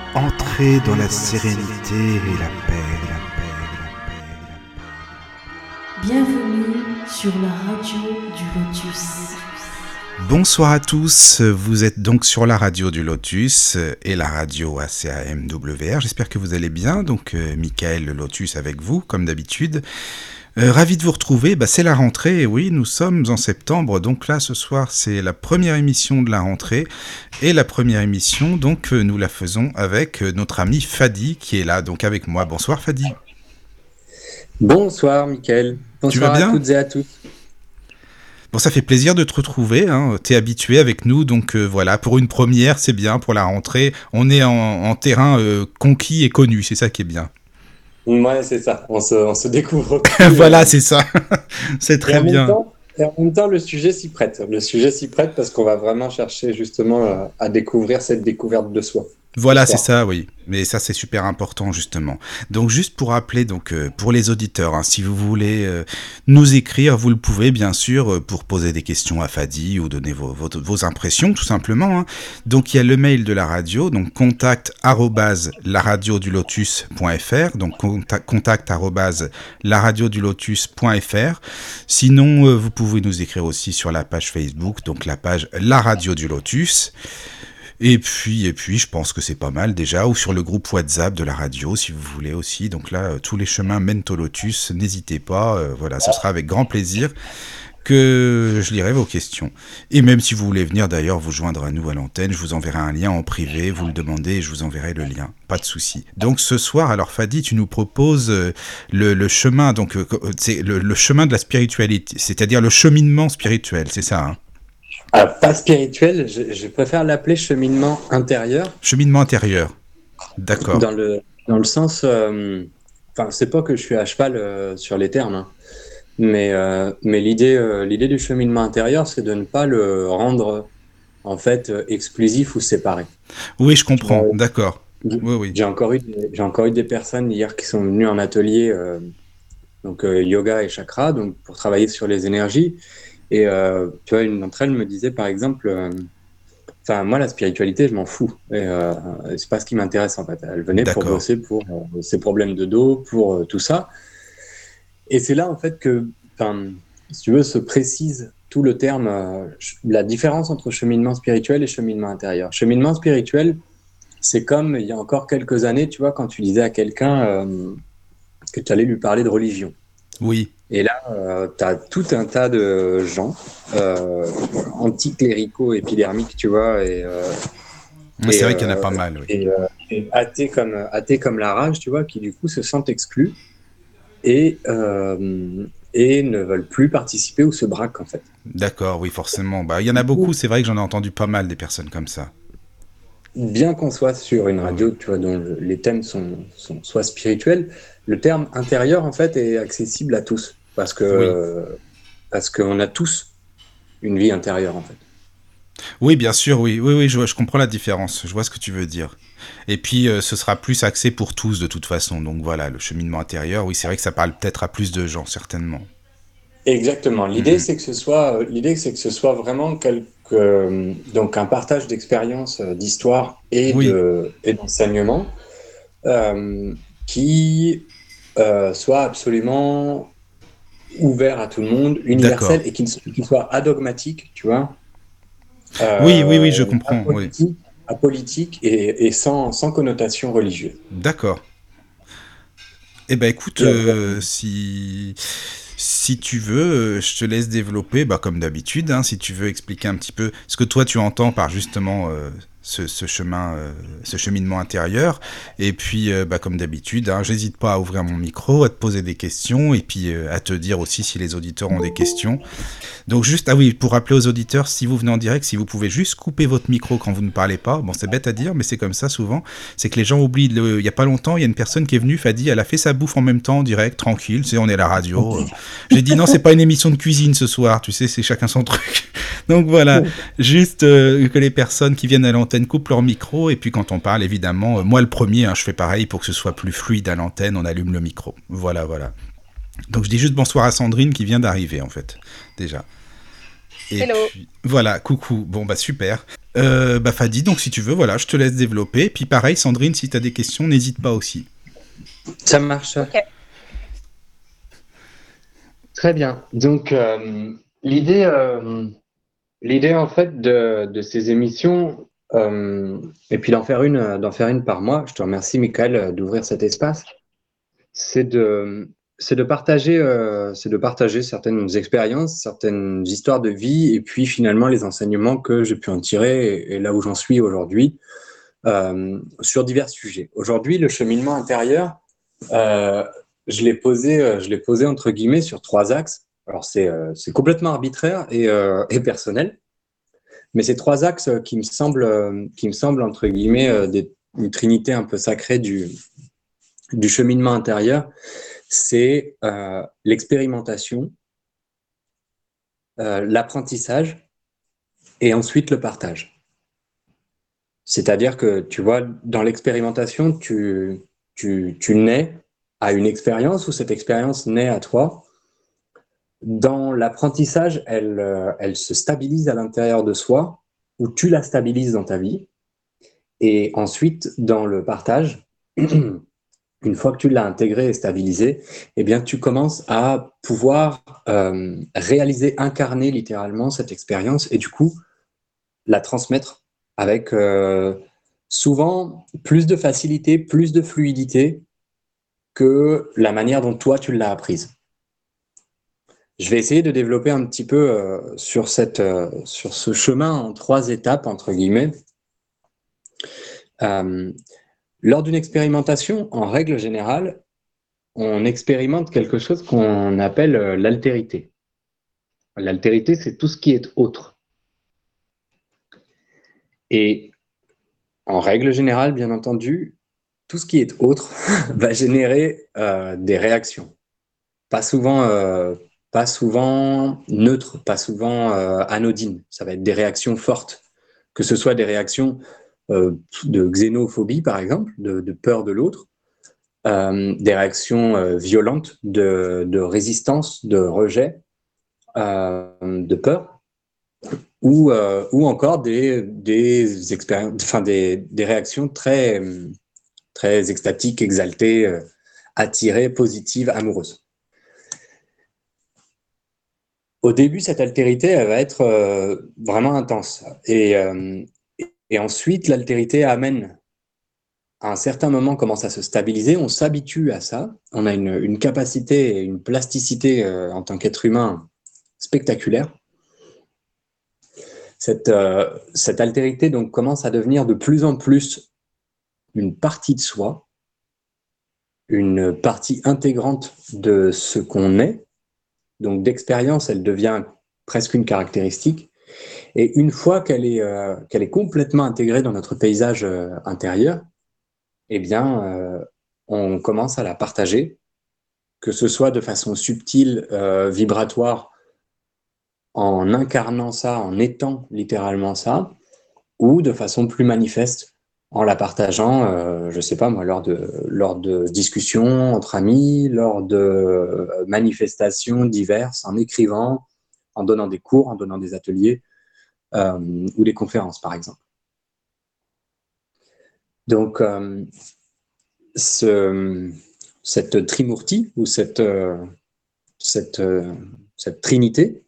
Entrez dans la sérénité et la paix, la paix, la paix, la paix. Bienvenue sur la radio du Lotus. Bonsoir à tous, vous êtes donc sur la radio du Lotus et la radio ACAMWR. J'espère que vous allez bien, donc Michael le Lotus avec vous, comme d'habitude. Ravi de vous retrouver, c'est la rentrée, et oui, nous sommes en septembre, donc là ce soir c'est la première émission de la rentrée, et la première émission, donc nous la faisons avec notre ami Fadi qui est là, donc avec moi. Bonsoir Fadi. Bonsoir Mickaël, bonsoir à toutes et à tous. Bon, ça fait plaisir de te retrouver, hein. T'es habitué avec nous, donc voilà, pour une première c'est bien, pour la rentrée, on est en terrain conquis et connu, c'est ça qui est bien. Ouais, c'est ça, on se découvre. Voilà, c'est ça, c'est très bien. Et en même temps, le sujet s'y prête. Le sujet s'y prête parce qu'on va vraiment chercher justement à découvrir cette découverte de soi. Voilà, c'est ça, oui. Mais ça, c'est super important, justement. Donc, juste pour rappeler, donc, pour les auditeurs, hein, si vous voulez nous écrire, vous le pouvez, bien sûr, pour poser des questions à Fadi ou donner vos impressions, tout simplement. Hein. Donc, il y a le mail de la radio, donc contact@laradiodulotus.fr, donc contact@laradiodulotus.fr. Sinon, vous pouvez nous écrire aussi sur la page Facebook, donc la page La Radio du Lotus. Et puis, je pense que c'est pas mal déjà, ou sur le groupe WhatsApp de la radio, si vous voulez aussi. Donc là, tous les chemins mènent au Lotus, n'hésitez pas, voilà, ce sera avec grand plaisir que je lirai vos questions. Et même si vous voulez venir d'ailleurs vous joindre à nous à l'antenne, je vous enverrai un lien en privé, vous le demandez et je vous enverrai le lien, pas de souci. Donc ce soir, alors Fadi, tu nous proposes le chemin, donc c'est le chemin de la spiritualité, c'est-à-dire le cheminement spirituel, c'est ça, hein? Pas spirituel, je préfère l'appeler cheminement intérieur. Cheminement intérieur, d'accord. Dans le sens, c'est pas que je suis à cheval sur les termes, hein, mais l'idée du cheminement intérieur, c'est de ne pas le rendre en fait exclusif ou séparé. Oui, je comprends, d'accord. Oui. J'ai encore eu des personnes hier qui sont venues en atelier, yoga et chakra, donc pour travailler sur les énergies. Et tu vois, une d'entre elles me disait par exemple, moi la spiritualité je m'en fous, et c'est pas ce qui m'intéresse en fait. Elle venait pour bosser pour ses problèmes de dos, pour tout ça. Et c'est là en fait que, si tu veux, se précise tout le terme, la différence entre cheminement spirituel et cheminement intérieur. Cheminement spirituel, c'est comme il y a encore quelques années, tu vois, quand tu disais à quelqu'un que tu allais lui parler de religion. Oui. Et là, tu as tout un tas de gens anticléricaux, épidermiques, tu vois. C'est vrai qu'il y en a pas mal, oui. Et athées comme la rage, tu vois, qui du coup se sentent exclus et ne veulent plus participer ou se braquent, en fait. D'accord, oui, forcément. Il y en a beaucoup, c'est vrai que j'en ai entendu pas mal des personnes comme ça. Bien qu'on soit sur une radio, tu vois, dont les thèmes sont soit spirituels, le terme intérieur, en fait, est accessible à tous. Parce qu'on a tous une vie intérieure, en fait. Oui, bien sûr, oui, je comprends la différence, je vois ce que tu veux dire. Et puis, ce sera plus axé pour tous, de toute façon. Donc voilà, le cheminement intérieur, oui, c'est vrai que ça parle peut-être à plus de gens, certainement. Exactement. L'idée, c'est que ce soit vraiment donc un partage d'expériences, d'histoire et d'enseignement qui soit absolument ouvert à tout le monde, universel, et qui soit adogmatique, tu vois. Oui, je comprends. Apolitique et sans connotation religieuse. D'accord. Eh ben écoute, si tu veux, je te laisse développer, comme d'habitude, hein, si tu veux expliquer un petit peu ce que toi tu entends par justement ce cheminement intérieur. Et puis, comme d'habitude, hein, j'hésite pas à ouvrir mon micro, à te poser des questions et puis à te dire aussi si les auditeurs ont des questions. Donc juste, pour rappeler aux auditeurs, si vous venez en direct, si vous pouvez juste couper votre micro quand vous ne parlez pas. Bon, c'est bête à dire, mais c'est comme ça souvent. C'est que les gens oublient. Il y a pas longtemps, il y a une personne qui est venue, Fadi, elle a fait sa bouffe en même temps, en direct, tranquille. Tu sais, on est à la radio. J'ai dit non, c'est pas une émission de cuisine ce soir. Tu sais, c'est chacun son truc. Donc voilà, juste que les personnes qui viennent à l'antenne coupent leur micro. Et puis quand on parle, évidemment, moi le premier, hein, je fais pareil pour que ce soit plus fluide à l'antenne. On allume le micro. Voilà. Donc je dis juste bonsoir à Sandrine qui vient d'arriver en fait, déjà. Et hello. Puis, voilà, coucou. Bon, super. Bah Fadi, donc si tu veux, voilà, je te laisse développer. Puis pareil, Sandrine, si tu as des questions, n'hésite pas aussi. Ça marche. Ok. Très bien. Donc, l'idée en fait de ces émissions, et puis d'en faire une par mois, je te remercie, Michael, d'ouvrir cet espace, c'est de, c'est de partager certaines expériences, certaines histoires de vie, et puis finalement les enseignements que j'ai pu en tirer, et là où j'en suis aujourd'hui, sur divers sujets. Aujourd'hui, le cheminement intérieur, euh, je l'ai posé entre guillemets sur 3 axes. Alors c'est complètement arbitraire et personnel, mais ces 3 axes qui me semblent entre guillemets une trinité un peu sacrée du cheminement intérieur, c'est l'expérimentation, l'apprentissage et ensuite le partage. C'est-à-dire que, tu vois, dans l'expérimentation, tu nais à une expérience ou cette expérience naît à toi. Dans l'apprentissage, elle se stabilise à l'intérieur de soi ou tu la stabilises dans ta vie. Et ensuite, dans le partage, une fois que tu l'as intégré et stabilisé, eh bien, tu commences à pouvoir réaliser, incarner littéralement cette expérience et du coup, la transmettre avec souvent plus de facilité, plus de fluidité que la manière dont toi, tu l'as apprise. Je vais essayer de développer un petit peu sur ce chemin en 3 étapes, entre guillemets. Lors d'une expérimentation, en règle générale, on expérimente quelque chose qu'on appelle l'altérité. L'altérité, c'est tout ce qui est autre. Et en règle générale, bien entendu, tout ce qui est autre va générer des réactions. Pas souvent neutres, pas souvent anodines. Ça va être des réactions fortes, que ce soit des réactions de xénophobie, par exemple, de peur de l'autre, des réactions violentes de résistance, de rejet, de peur, ou encore des expériences, enfin des réactions très, très extatiques, exaltées, attirées, positives, amoureuses. Au début, cette altérité, elle va être vraiment intense. Et ensuite, l'altérité amène, à un certain moment, commence à se stabiliser. On s'habitue à ça. On a une capacité et une plasticité en tant qu'être humain spectaculaire. Cette altérité donc, commence à devenir de plus en plus une partie de soi, une partie intégrante de ce qu'on est. Donc, d'expérience, elle devient presque une caractéristique. Et une fois qu'elle est complètement intégrée dans notre paysage intérieur, eh bien, on commence à la partager, que ce soit de façon subtile, vibratoire, en incarnant ça, en étant littéralement ça, ou de façon plus manifeste, en la partageant, je sais pas moi, lors de discussions entre amis, lors de manifestations diverses, en écrivant, en donnant des cours, en donnant des ateliers, ou des conférences, par exemple. Donc, cette trimurti, ou cette trinité,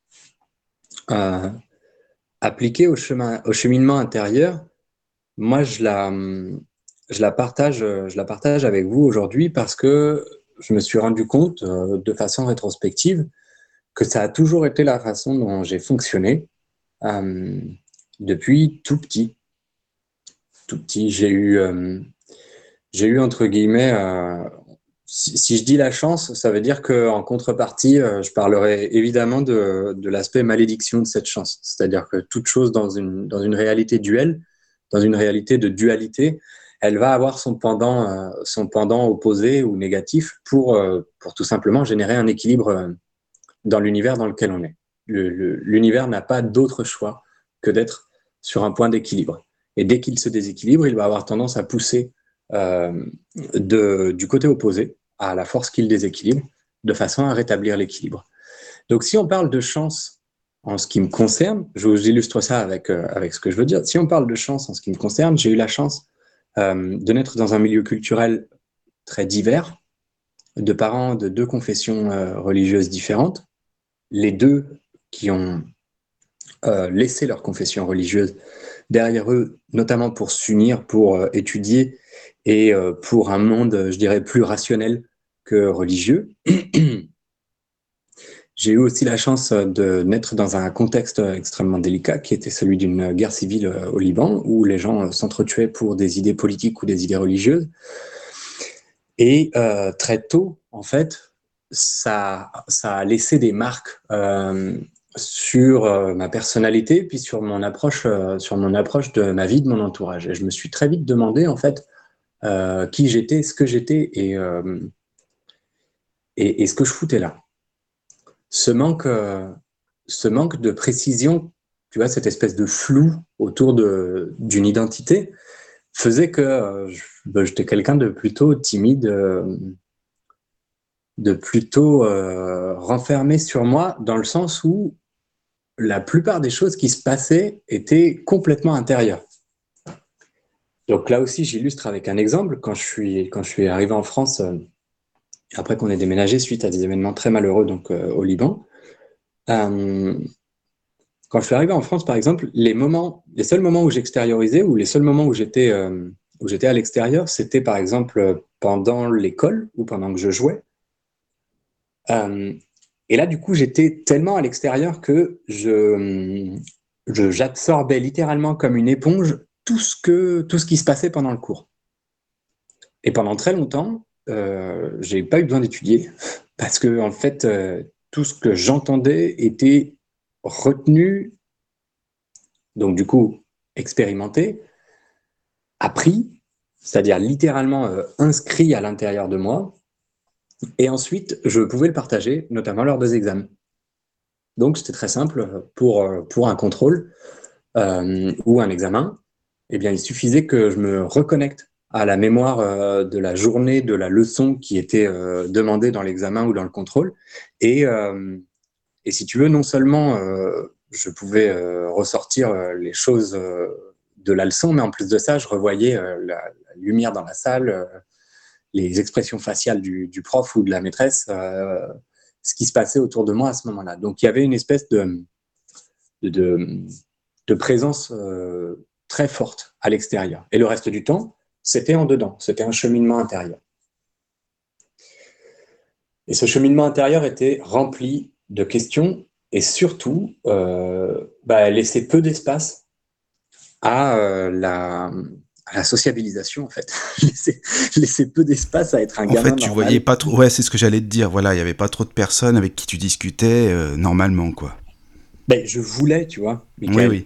appliquée au cheminement intérieur, moi, je la partage avec vous aujourd'hui parce que je me suis rendu compte, de façon rétrospective, que ça a toujours été la façon dont j'ai fonctionné depuis tout petit. Tout petit, j'ai eu entre guillemets, si je dis la chance, ça veut dire qu'en contrepartie, je parlerai évidemment de l'aspect malédiction de cette chance. C'est-à-dire que toute chose dans une réalité duelle, dans une réalité de dualité, elle va avoir son pendant opposé ou négatif pour tout simplement générer un équilibre dans l'univers dans lequel on est. L'univers n'a pas d'autre choix que d'être sur un point d'équilibre. Et dès qu'il se déséquilibre, il va avoir tendance à pousser du côté opposé à la force qu'il déséquilibre, de façon à rétablir l'équilibre. Donc si on parle de chance en ce qui me concerne, j'illustre ça avec ce que je veux dire. Si on parle de chance en ce qui me concerne, j'ai eu la chance de naître dans un milieu culturel très divers, de parents de deux confessions religieuses différentes, les deux qui ont laissé leur confession religieuse derrière eux, notamment pour s'unir, pour étudier et pour un monde, je dirais, plus rationnel que religieux. J'ai eu aussi la chance de naître dans un contexte extrêmement délicat qui était celui d'une guerre civile au Liban où les gens s'entretuaient pour des idées politiques ou des idées religieuses. Et très tôt, en fait, ça a laissé des marques sur ma personnalité, puis sur mon approche de ma vie, de mon entourage. Et je me suis très vite demandé, en fait, qui j'étais, ce que j'étais et ce que je foutais là. Ce manque de précision, tu vois, cette espèce de flou autour d'une identité, faisait que j'étais quelqu'un de plutôt timide, de plutôt renfermé sur moi, dans le sens où la plupart des choses qui se passaient étaient complètement intérieures. Donc là aussi, j'illustre avec un exemple. Quand je suis arrivé en France, après qu'on ait déménagé suite à des événements très malheureux donc, au Liban, quand je suis arrivé en France, par exemple, les seuls moments où j'extériorisais ou les seuls moments où j'étais à l'extérieur, c'était par exemple pendant l'école ou pendant que je jouais. Et là, du coup, j'étais tellement à l'extérieur que j'absorbais littéralement comme une éponge tout ce qui se passait pendant le cours. Et pendant très longtemps, j'ai pas eu besoin d'étudier parce que en fait, tout ce que j'entendais était retenu, donc du coup expérimenté, appris, c'est-à-dire littéralement inscrit à l'intérieur de moi, et ensuite je pouvais le partager, notamment lors des examens. Donc c'était très simple, pour un contrôle ou un examen, eh bien il suffisait que je me reconnecte à la mémoire de la journée, de la leçon qui était demandée dans l'examen ou dans le contrôle, et si tu veux, non seulement je pouvais ressortir les choses de la leçon, mais en plus de ça, je revoyais la lumière dans la salle, les expressions faciales du prof ou de la maîtresse, ce qui se passait autour de moi à ce moment-là. Donc il y avait une espèce de présence très forte à l'extérieur. Et le reste du temps, c'était en dedans, c'était un cheminement intérieur. Et ce cheminement intérieur était rempli de questions et surtout laisser peu d'espace à la sociabilisation, en fait. laisser peu d'espace à être un En gamin fait, tu normal. voyais pas trop. Ouais, c'est ce que j'allais te dire. Voilà, il y avait pas trop de personnes avec qui tu discutais normalement, quoi. Ben, je voulais, tu vois, Oui, Michael. oui.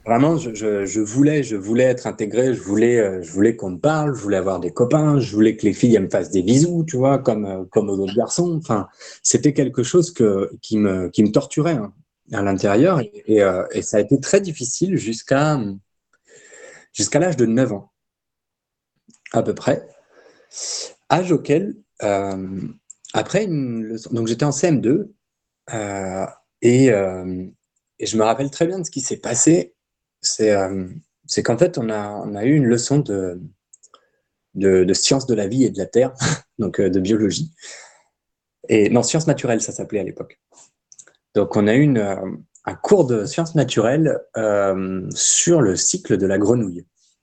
Je voulais être intégré, je voulais qu'on me parle, je voulais avoir des copains, je voulais que les filles elles me fassent des bisous, tu vois, comme aux autres garçons. Enfin, c'était quelque chose qui me torturait hein, à l'intérieur et ça a été très difficile jusqu'à l'âge de 9 ans, à peu près. Âge auquel, après une leçon, donc j'étais en CM2 euh, et, euh, et je me rappelle très bien de ce qui s'est passé. C'est qu'en fait, on a eu une leçon de sciences de la vie et de la terre, donc de biologie. Et non, sciences naturelles, ça s'appelait à l'époque. Donc, on a eu un cours de sciences naturelles sur le cycle de la grenouille.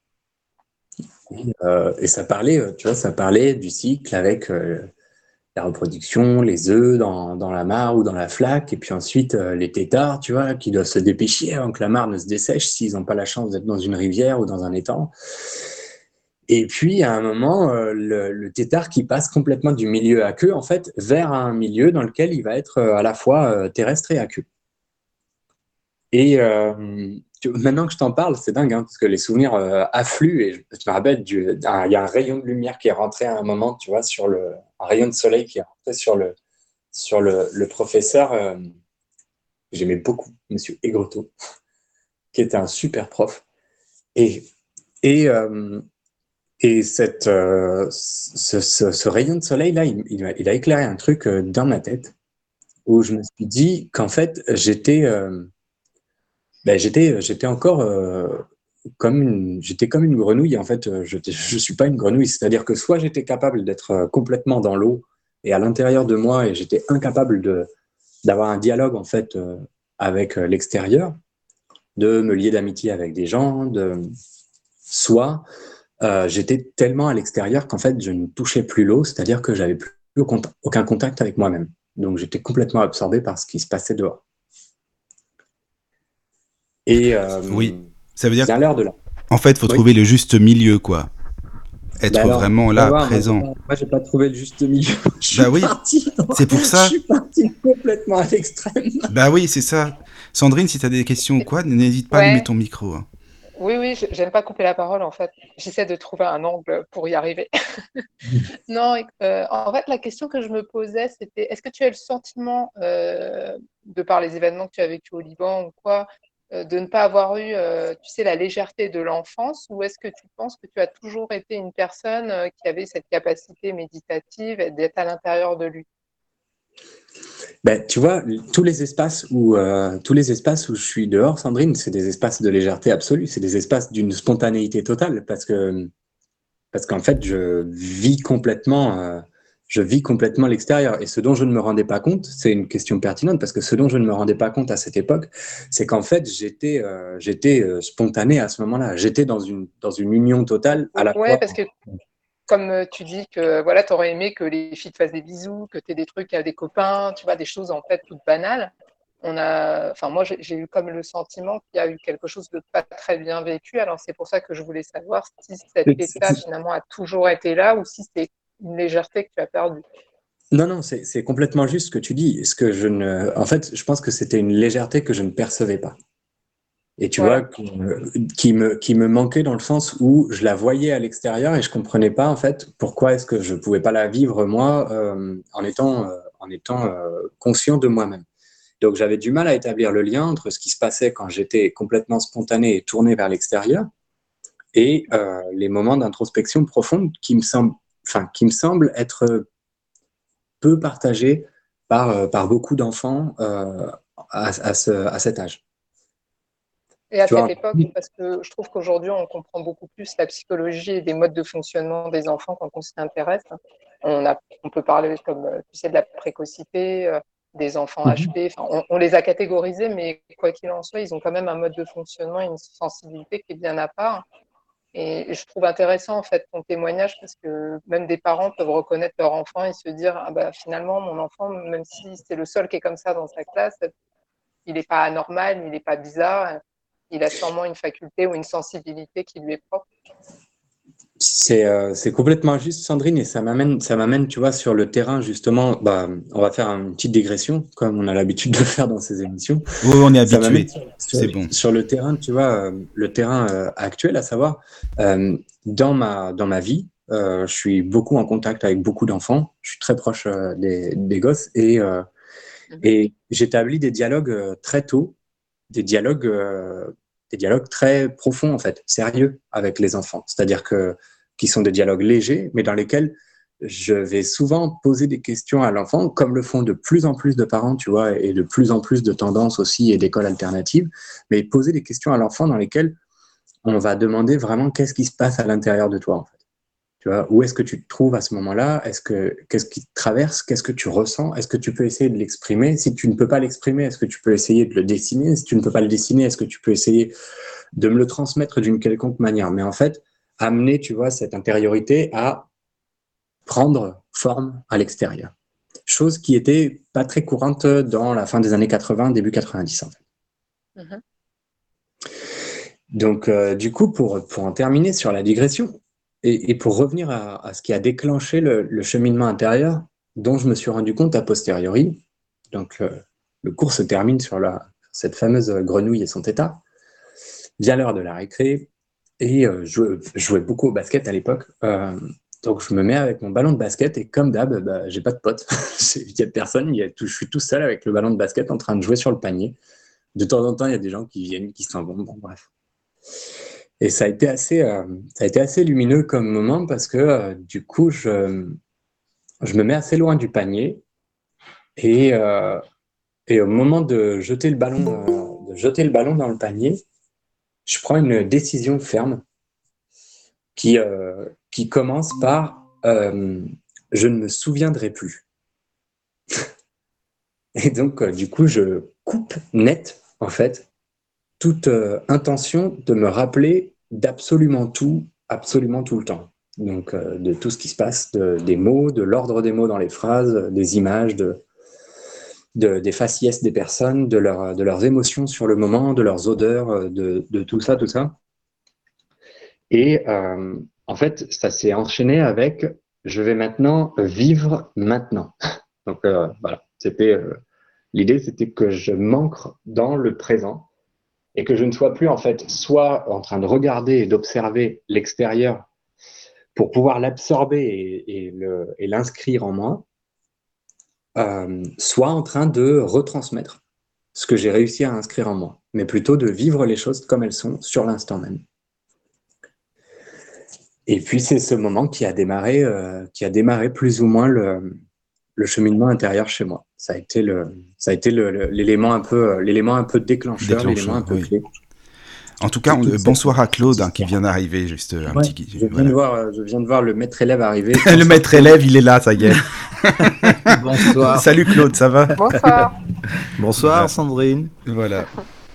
Et ça parlait, tu vois, ça parlait du cycle avec la reproduction, les œufs dans la mare ou dans la flaque, et puis ensuite les têtards, tu vois, qui doivent se dépêcher avant que la mare ne se dessèche s'ils n'ont pas la chance d'être dans une rivière ou dans un étang. Et puis à un moment, le tétard qui passe complètement du milieu à queue, en fait, vers un milieu dans lequel il va être à la fois terrestre et à queue. Et maintenant que je t'en parle, c'est dingue, hein, parce que les souvenirs affluent. Et je me rappelle, il y a un rayon de lumière qui est rentré à un moment, tu vois, un rayon de soleil qui est rentré sur le professeur que j'aimais beaucoup, Monsieur Aigretot, qui était un super prof. Et, et, euh, et ce rayon de soleil-là, il a éclairé un truc dans ma tête où je me suis dit qu'en fait, j'étais Ben, j'étais encore j'étais comme une grenouille. En fait, je suis pas une grenouille. C'est-à-dire que soit j'étais capable d'être complètement dans l'eau et à l'intérieur de moi, et j'étais incapable d'avoir un dialogue en fait avec l'extérieur, de me lier d'amitié avec des gens, soit j'étais tellement à l'extérieur qu'en fait je ne touchais plus l'eau, c'est-à-dire que j'avais plus aucun contact avec moi-même. Donc j'étais complètement absorbé par ce qui se passait dehors. Et Oui, ça veut dire vient l'heure de là. qu'en fait, faut Oui. trouver le juste milieu, quoi. Ben Être alors, vraiment tu vas là, voir, présent. j'ai pas trouvé le juste milieu. Bah oui, c'est pour Je ça. suis parti complètement à l'extrême. Bah oui, c'est ça. Sandrine, si t'as des questions ou quoi, n'hésite pas à allumer Ouais, ton micro, hein. oui, oui, j'aime pas couper la parole en fait. J'essaie de trouver un angle pour y arriver. Non, en fait, la question que je me posais, c'était est-ce que tu as le sentiment, de par les événements que tu as vécus au Liban ou quoi, de ne pas avoir eu, tu sais, la légèreté de l'enfance, ou est-ce que tu penses que tu as toujours été une personne qui avait cette capacité méditative et d'être à l'intérieur de lui? Ben, tu vois, tous les espaces où je suis dehors, Sandrine, c'est des espaces de légèreté absolue, c'est des espaces d'une spontanéité totale, parce qu'en fait, je vis complètement l'extérieur. Et ce dont je ne me rendais pas compte, c'est une question pertinente, parce que ce dont je ne me rendais pas compte à cette époque, c'est qu'en fait, j'étais spontané à ce moment-là. J'étais dans une union totale à la Ouais, fois. parce que comme tu dis que voilà, tu aurais aimé que les filles te fassent des bisous, que tu aies des trucs à des copains, tu vois, des choses en fait toutes banales. Enfin, moi, j'ai eu comme le sentiment qu'il y a eu quelque chose de pas très bien vécu. Alors, c'est pour ça que je voulais savoir si cet état finalement a toujours été là ou si c'est une légèreté que tu as perdue. Non, non, c'est complètement juste ce que tu dis. En fait, je pense que c'était une légèreté que je ne percevais pas. Et tu vois, Voilà. qui me manquait dans le sens où je la voyais à l'extérieur et je comprenais pas en fait pourquoi est-ce que je pouvais pas la vivre moi en étant conscient de moi-même. Donc j'avais du mal à établir le lien entre ce qui se passait quand j'étais complètement spontané et tourné vers l'extérieur et les moments d'introspection profonde qui me semblent être peu partagés par beaucoup d'enfants à cet âge. Et à Tu cette vois, époque, parce que je trouve qu'aujourd'hui, on comprend beaucoup plus la psychologie et des modes de fonctionnement des enfants quand on s'y intéresse. On peut parler, comme tu sais, de la précocité, des enfants HP. Enfin, on les a catégorisés, mais quoi qu'il en soit, ils ont quand même un mode de fonctionnement et une sensibilité qui est bien à part. Et je trouve intéressant, en fait, ton témoignage, parce que même des parents peuvent reconnaître leur enfant et se dire, ah bah, finalement, mon enfant, même si c'est le seul qui est comme ça dans sa classe, il n'est pas anormal, il n'est pas bizarre, il a sûrement une faculté ou une sensibilité qui lui est propre. c'est complètement juste, Sandrine, et ça m'amène, tu vois, sur le terrain, justement. Bah, on va faire une petite digression, comme on a l'habitude de faire dans ces émissions. Oui, on est Ça m'amène habitué. C'est bon. sur le terrain, tu vois, le terrain actuel, à savoir, dans ma vie, je suis beaucoup en contact avec beaucoup d'enfants. Je suis très proche des gosses et j'établis des dialogues très tôt, des dialogues, euh, des dialogues très profonds, en fait, sérieux avec les enfants. C'est-à-dire qui sont des dialogues légers, mais dans lesquels je vais souvent poser des questions à l'enfant, comme le font de plus en plus de parents, tu vois, et de plus en plus de tendances aussi et d'écoles alternatives, mais poser des questions à l'enfant dans lesquelles on va demander vraiment qu'est-ce qui se passe à l'intérieur de toi, en fait. Tu vois, où est-ce que tu te trouves à ce moment-là? Qu'est-ce qui te traverse? Qu'est-ce que tu ressens? Est-ce que tu peux essayer de l'exprimer? Si tu ne peux pas l'exprimer, est-ce que tu peux essayer de le dessiner? Si tu ne peux pas le dessiner, est-ce que tu peux essayer de me le transmettre d'une quelconque manière? Mais en fait, amener, tu vois, cette intériorité à prendre forme à l'extérieur. Chose qui était pas très courante dans la fin des années 80, début 90, en fait. Mhm. Donc, du coup, pour en terminer sur la digression, et pour revenir à ce qui a déclenché le cheminement intérieur, dont je me suis rendu compte a posteriori, donc le cours se termine sur cette fameuse grenouille et son état, vient l'heure de la récré, et je jouais beaucoup au basket à l'époque, donc je me mets avec mon ballon de basket, et comme d'hab, bah, j'ai pas de potes, il y a personne, je suis tout seul avec le ballon de basket en train de jouer sur le panier. De temps en temps, il y a des gens qui viennent, qui s'en vont, bon bref. Et ça a été assez lumineux comme moment parce que du coup, je me mets assez loin du panier et, euh, et au moment de jeter le ballon de jeter le ballon dans le panier, je prends une décision ferme qui commence par je ne me souviendrai plus. Et donc, du coup, je coupe net, en fait, toute intention de me rappeler d'absolument tout le temps. Donc, de tout ce qui se passe, des mots, de l'ordre des mots dans les phrases, des images, des faciès des personnes, de leurs émotions sur le moment, de leurs odeurs, de tout ça, tout ça. Et en fait, ça s'est enchaîné avec « je vais maintenant vivre maintenant ». Donc voilà, l'idée, c'était que je m'ancre dans le présent et que je ne sois plus en fait soit en train de regarder et d'observer l'extérieur pour pouvoir l'absorber et l'inscrire en moi, soit en train de retransmettre ce que j'ai réussi à inscrire en moi, mais plutôt de vivre les choses comme elles sont sur l'instant même. Et puis c'est ce moment qui a démarré plus ou moins le cheminement intérieur chez moi. Ça a été l'élément un peu déclencheur, l'élément un peu clé. En tout cas, bonsoir à Claude qui vient d'arriver, juste un petit. Je viens de voir le maître élève arriver. Le maître élève, il est là, ça y est. Bonsoir. Salut Claude, ça va? Bonsoir. Bonsoir Sandrine. Voilà.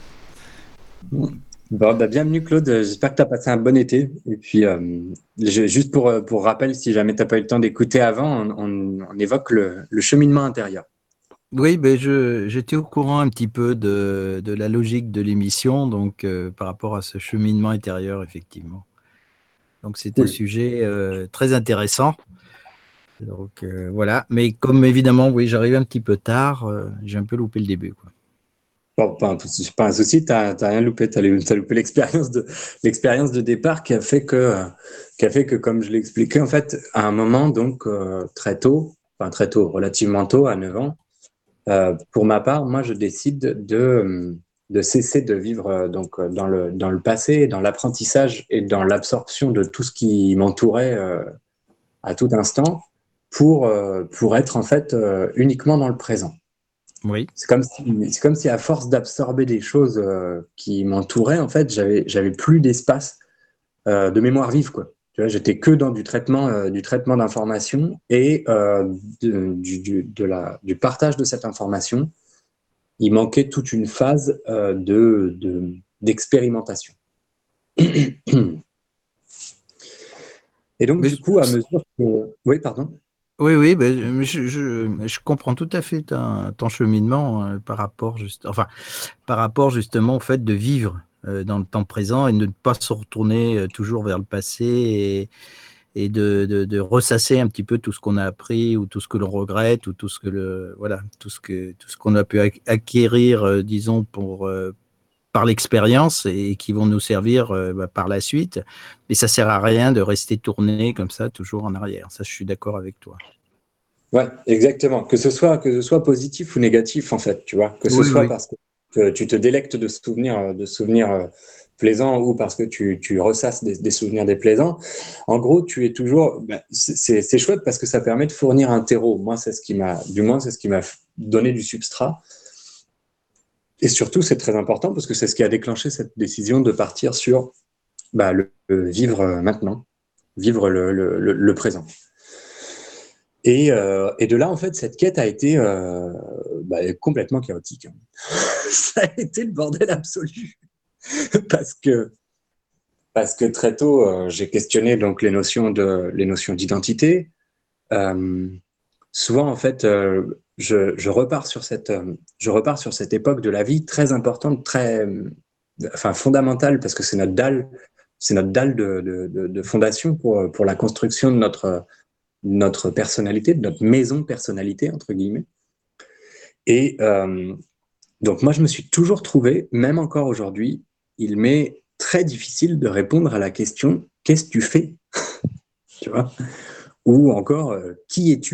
Bon, bienvenue Claude, j'espère que tu as passé un bon été. Et puis, juste pour rappel, si jamais tu n'as pas eu le temps d'écouter avant, on évoque le cheminement intérieur. Oui, j'étais au courant un petit peu de la logique de l'émission, donc par rapport à ce cheminement intérieur, effectivement. Donc c'est un sujet très intéressant. Donc voilà, mais comme évidemment, oui, j'arrive un petit peu tard, j'ai un peu loupé le début, quoi. Bon, pas un souci, t'as rien loupé, t'as loupé l'expérience de départ qui a fait que, comme je l'ai expliqué, en fait, à un moment, donc, très tôt, relativement tôt, à 9 ans, pour ma part, moi, je décide de cesser de vivre donc, dans le passé, dans l'apprentissage et dans l'absorption de tout ce qui m'entourait à tout instant pour être, en fait, uniquement dans le présent. Oui. C'est comme si à force d'absorber des choses qui m'entouraient, en fait, j'avais plus d'espace de mémoire vive, quoi. Tu vois, j'étais que dans du traitement d'informations et du partage de cette information. Il manquait toute une phase d'expérimentation. Et donc, du coup, à mesure que... Oui, pardon. Oui, je comprends tout à fait ton cheminement par rapport justement au fait de vivre dans le temps présent et de ne pas se retourner toujours vers le passé et de ressasser un petit peu tout ce qu'on a appris ou tout ce que l'on regrette ou tout ce qu'on a pu acquérir, disons, par l'expérience et qui vont nous servir par la suite. Mais ça sert à rien de rester tourné comme ça, toujours en arrière. Ça, je suis d'accord avec toi. Ouais, exactement. Que ce soit positif ou négatif, en fait, tu vois. Que ce soit parce que tu te délectes de souvenirs plaisants ou parce que tu ressasses des souvenirs déplaisants. En gros, tu es toujours... c'est chouette parce que ça permet de fournir un terreau. Moi, c'est ce qui m'a donné du substrat. Et surtout, c'est très important parce que c'est ce qui a déclenché cette décision de partir sur le vivre maintenant, vivre le présent. Et de là, en fait, cette quête a été complètement chaotique. Ça a été le bordel absolu. parce que très tôt, j'ai questionné donc les notions d'identité. Souvent, en fait, je repars sur cette époque de la vie très importante, fondamentale, parce que c'est notre dalle de fondation pour la construction de notre personnalité, de notre maison personnalité, entre guillemets. Et donc moi, je me suis toujours trouvé, même encore aujourd'hui, il m'est très difficile de répondre à la question « Qu'est-ce que tu fais ?» Tu vois ? Ou encore « Qui es-tu »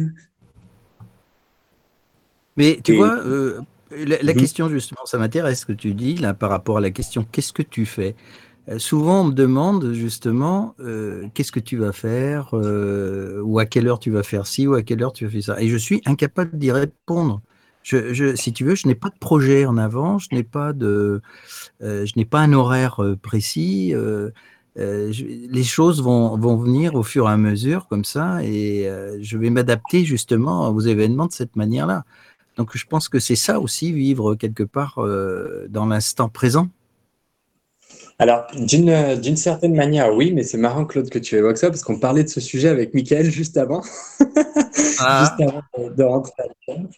Mais tu vois, la question justement, ça m'intéresse ce que tu dis là par rapport à la question « Qu'est-ce que tu fais ?» Souvent, on me demande justement qu'est-ce que tu vas faire ou à quelle heure tu vas faire ci ou à quelle heure tu vas faire ça. Et je suis incapable d'y répondre. Si tu veux, je n'ai pas de projet en avant, je n'ai pas un horaire précis. Les choses vont venir au fur et à mesure comme ça, et je vais m'adapter justement aux événements de cette manière-là. Donc, je pense que c'est ça aussi, vivre quelque part dans l'instant présent. Alors, d'une certaine manière, oui, mais c'est marrant, Claude, que tu évoques ça, parce qu'on parlait de ce sujet avec Mickaël juste avant, juste avant de rentrer à l'école.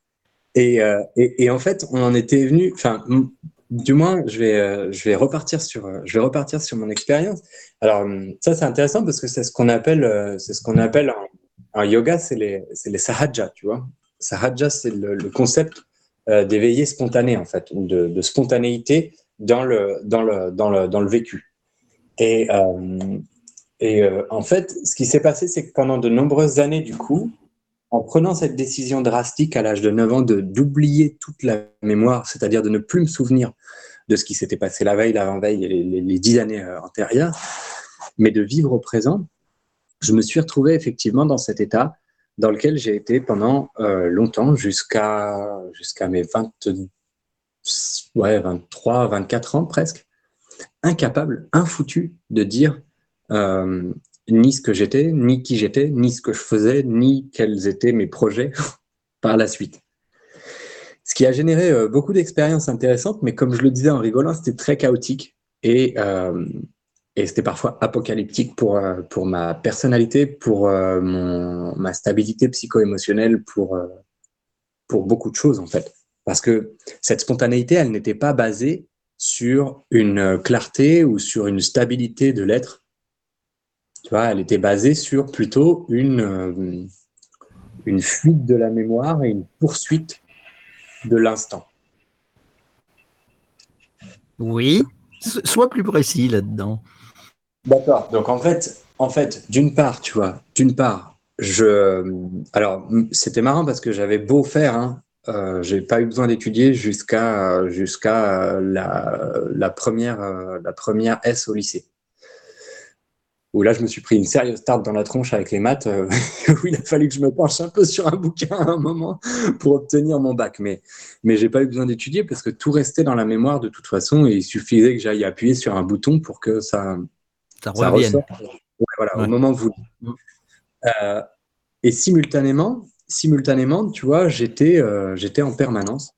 Et en fait, on en était venu, enfin, du moins, je vais repartir sur mon expérience. Alors, ça, c'est intéressant parce que c'est ce qu'on appelle en yoga, c'est les sahajas, tu vois. Sahaja, c'est le concept d'éveillé spontané, en fait, de spontanéité dans le vécu. Et en fait, ce qui s'est passé, c'est que pendant de nombreuses années, du coup, en prenant cette décision drastique à l'âge de 9 ans d'oublier toute la mémoire, c'est-à-dire de ne plus me souvenir de ce qui s'était passé la veille, l'avant-veille et les 10 années antérieures, mais de vivre au présent, je me suis retrouvé effectivement dans cet état dans lequel j'ai été pendant longtemps, jusqu'à mes 23, 24 ans presque, incapable, infoutu de dire ni ce que j'étais, ni qui j'étais, ni ce que je faisais, ni quels étaient mes projets par la suite. Ce qui a généré beaucoup d'expériences intéressantes, mais comme je le disais en rigolant, c'était très chaotique et c'était parfois apocalyptique pour ma personnalité, pour ma stabilité psycho-émotionnelle, pour beaucoup de choses en fait. Parce que cette spontanéité, elle n'était pas basée sur une clarté ou sur une stabilité de l'être. Tu vois, elle était basée sur plutôt une fuite de la mémoire et une poursuite de l'instant. Oui, sois plus précis là-dedans. D'accord. Donc en fait, d'une part, tu vois, alors c'était marrant parce que j'avais beau faire, hein, j'ai pas eu besoin d'étudier jusqu'à la première S au lycée. Où là, je me suis pris une sérieuse tarte dans la tronche avec les maths, où il a fallu que je me penche un peu sur un bouquin à un moment pour obtenir mon bac. Mais j'ai pas eu besoin d'étudier parce que tout restait dans la mémoire de toute façon et il suffisait que j'aille appuyer sur un bouton pour que ça revienne. Ressort. Ouais, voilà, au moment voulu. Et simultanément, tu vois, j'étais en permanence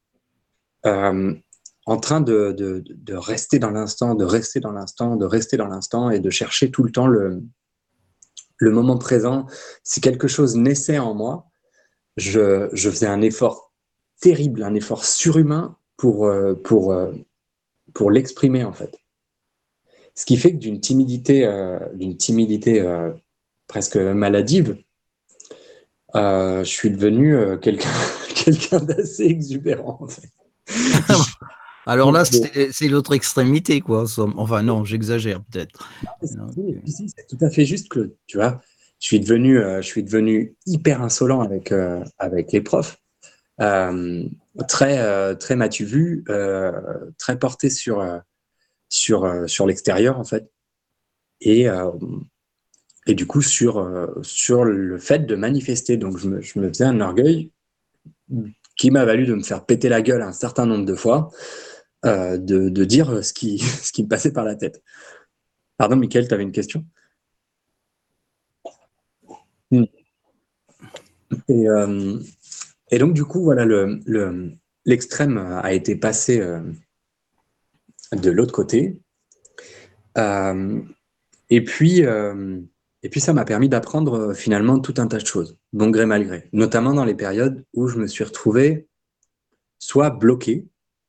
en train de rester dans l'instant, de rester dans l'instant, de rester dans l'instant et de chercher tout le temps le moment présent. Si quelque chose naissait en moi, je faisais un effort terrible, un effort surhumain pour l'exprimer en fait. Ce qui fait que d'une timidité presque maladive, je suis devenu quelqu'un d'assez exubérant en fait. Alors là, c'est l'autre extrémité, quoi. Enfin non, j'exagère peut-être. Si, c'est tout à fait juste, Claude. Tu vois, je suis devenu hyper insolent avec les profs, très m'as-tu vu, très porté sur l'extérieur en fait, et du coup sur le fait de manifester. Donc je me faisais un orgueil qui m'a valu de me faire péter la gueule un certain nombre de fois, de dire ce qui me passait par la tête. Pardon, Mickaël, tu avais une question? Et donc, du coup, voilà, l'extrême a été passé de l'autre côté. Et puis, ça m'a permis d'apprendre finalement tout un tas de choses, bon gré mal gré, notamment dans les périodes où je me suis retrouvé soit bloqué,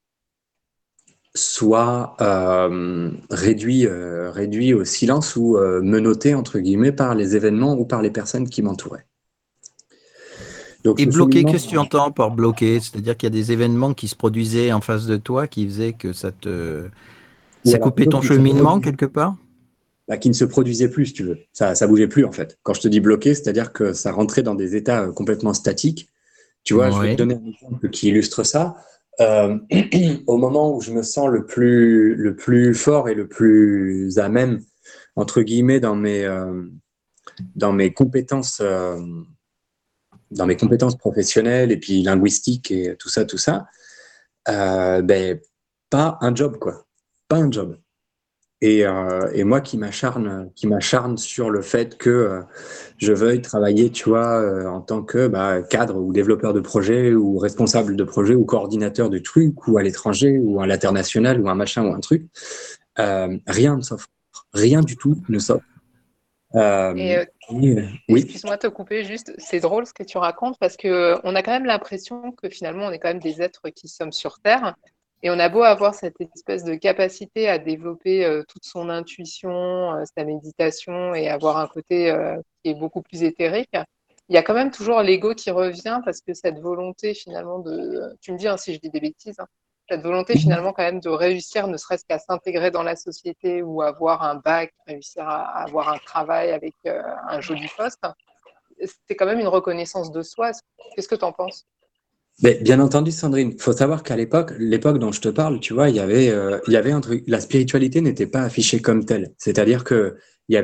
soit réduit au silence ou menotté, entre guillemets, par les événements ou par les personnes qui m'entouraient. Donc, et bloqué, qu'est-ce que tu entends par bloqué? C'est-à-dire qu'il y a des événements qui se produisaient en face de toi qui faisaient que ça coupait ton cheminement quelque part? Qui ne se produisait plus, si tu veux. Ça bougeait plus, en fait. Quand je te dis bloqué, c'est-à-dire que ça rentrait dans des états complètement statiques. Tu vois, je vais te donner un exemple qui illustre ça. Au moment où je me sens le plus fort et le plus à même, entre guillemets, dans mes compétences dans mes compétences professionnelles et puis linguistiques et tout ça, ben, pas un job, quoi. Pas un job. Et moi qui m'acharne sur le fait que je veuille travailler, tu vois, en tant que cadre ou développeur de projet ou responsable de projet ou coordinateur de truc ou à l'étranger ou à l'international ou un machin ou un truc, rien ne s'offre. Rien du tout ne s'offre. Et Oui. excuse-moi de te couper, juste, c'est drôle ce que tu racontes parce que on a quand même l'impression que finalement on est quand même des êtres qui sommes sur Terre et on a beau avoir cette espèce de capacité à développer toute son intuition, sa méditation et avoir un côté qui est beaucoup plus éthérique. Il y a quand même toujours l'ego qui revient parce que cette volonté finalement tu me dis hein, si je dis des bêtises, hein, cette volonté finalement quand même de réussir ne serait-ce qu'à s'intégrer dans la société ou avoir un bac, réussir à avoir un travail avec un joli poste, c'est quand même une reconnaissance de soi. Qu'est-ce que tu en penses? Mais bien entendu, Sandrine, faut savoir qu'à l'époque dont je te parle, tu vois, il y avait un truc, la spiritualité n'était pas affichée comme telle. C'est-à-dire que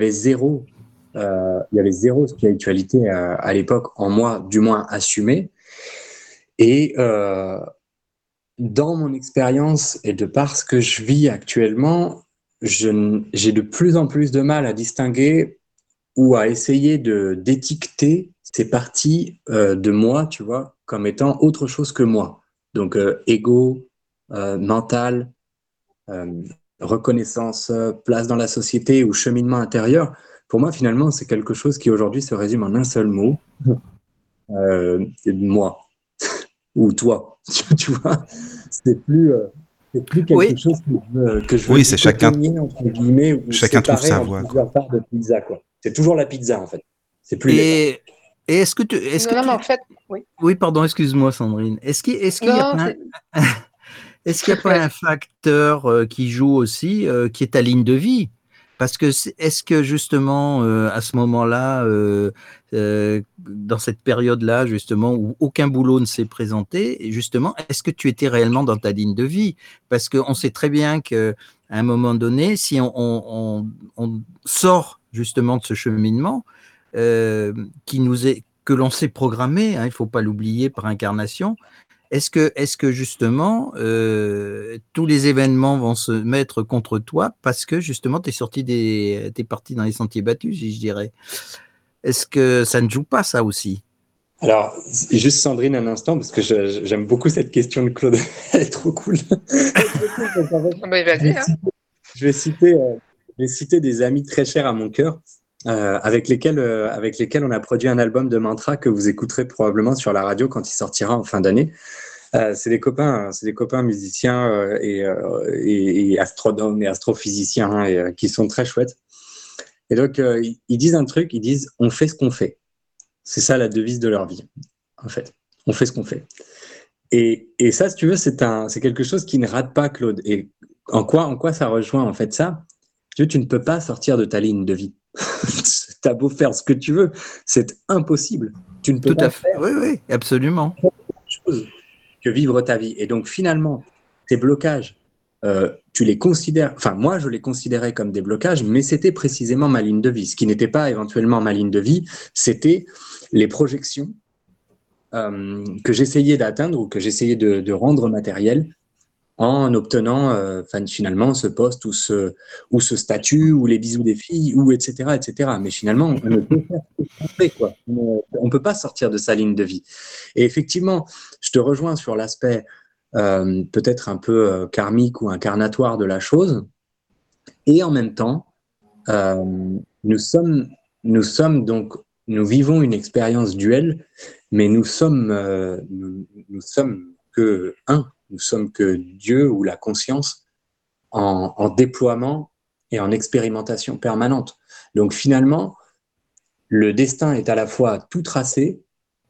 il y avait zéro spiritualité à l'époque, en moi, du moins assumée. Et dans mon expérience et de par ce que je vis actuellement, j'ai de plus en plus de mal à distinguer ou à essayer d'étiqueter ces parties de moi, tu vois, comme étant autre chose que moi. Donc, ego, mental, euh, reconnaissance, place dans la société ou cheminement intérieur. Pour moi, finalement, c'est quelque chose qui aujourd'hui se résume en un seul mot, c'est moi ou toi. Tu vois, c'est plus quelque Oui, chose que je veux Oui, c'est chacun, découper, entre guillemets, ou chacun trouve séparer sa en voie, quoi. plusieurs parts de pizza, quoi. C'est toujours la pizza, en fait. C'est plus les parts. et, et est-ce que Non, non, mais en tu, fait, oui. oui, pardon, excuse-moi, Sandrine. Est-ce qu'il y a Non, pas est-ce qu'il n'y a pas un vas-y. facteur qui joue aussi, qui est ta ligne de vie? Parce que est-ce que justement, à ce moment-là, dans cette période-là, justement, où aucun boulot ne s'est présenté, justement, est-ce que tu étais réellement dans ta ligne de vie? Parce qu'on sait très bien qu'à un moment donné, si on sort justement de ce cheminement, euh, que l'on s'est programmé, hein, il ne faut pas l'oublier par incarnation, est-ce que justement, tous les événements vont se mettre contre toi parce que justement, t'es parti dans les sentiers battus, je dirais. Est-ce que ça ne joue pas ça aussi? Alors, juste Sandrine un instant, parce que j'aime beaucoup cette question de Claude. Elle est trop cool. Elle est trop cool parce qu'en fait, Ah bah, je vais vas-y, hein. citer, je vais citer, je vais citer des amis très chers à mon cœur, avec lesquels on a produit un album de mantra que vous écouterez probablement sur la radio quand il sortira en fin d'année. C'est des copains musiciens et astronomes et astrophysiciens hein, qui sont très chouettes. Et donc, ils disent un truc, ils disent on fait ce qu'on fait. C'est ça la devise de leur vie, en fait. On fait ce qu'on fait. Et ça, si tu veux, c'est quelque chose qui ne rate pas, Claude. Et en quoi ça rejoint, en fait, ça? Tu ne peux pas sortir de ta ligne de vie. T'as beau faire ce que tu veux, c'est impossible. Tu ne peux Tout à pas fait. Oui, oui, absolument. faire autre chose que vivre ta vie. Et donc, finalement, tes blocages, tu les considères, enfin, moi, je les considérais comme des blocages, mais c'était précisément ma ligne de vie. Ce qui n'était pas éventuellement ma ligne de vie, c'était les projections que j'essayais d'atteindre ou que j'essayais de rendre matérielles en obtenant finalement ce poste ou ce statut ou les bisous des filles ou etc. etc. Mais finalement, on ne peut faire que ce qu'on fait, quoi. On ne peut pas sortir de sa ligne de vie. Et effectivement, je te rejoins sur l'aspect peut-être un peu karmique ou incarnatoire de la chose. Et en même temps, euh, nous sommes, donc, nous vivons une expérience duelle, mais nous sommes que un, nous sommes que Dieu ou la conscience en déploiement et en expérimentation permanente. Donc finalement, le destin est à la fois tout tracé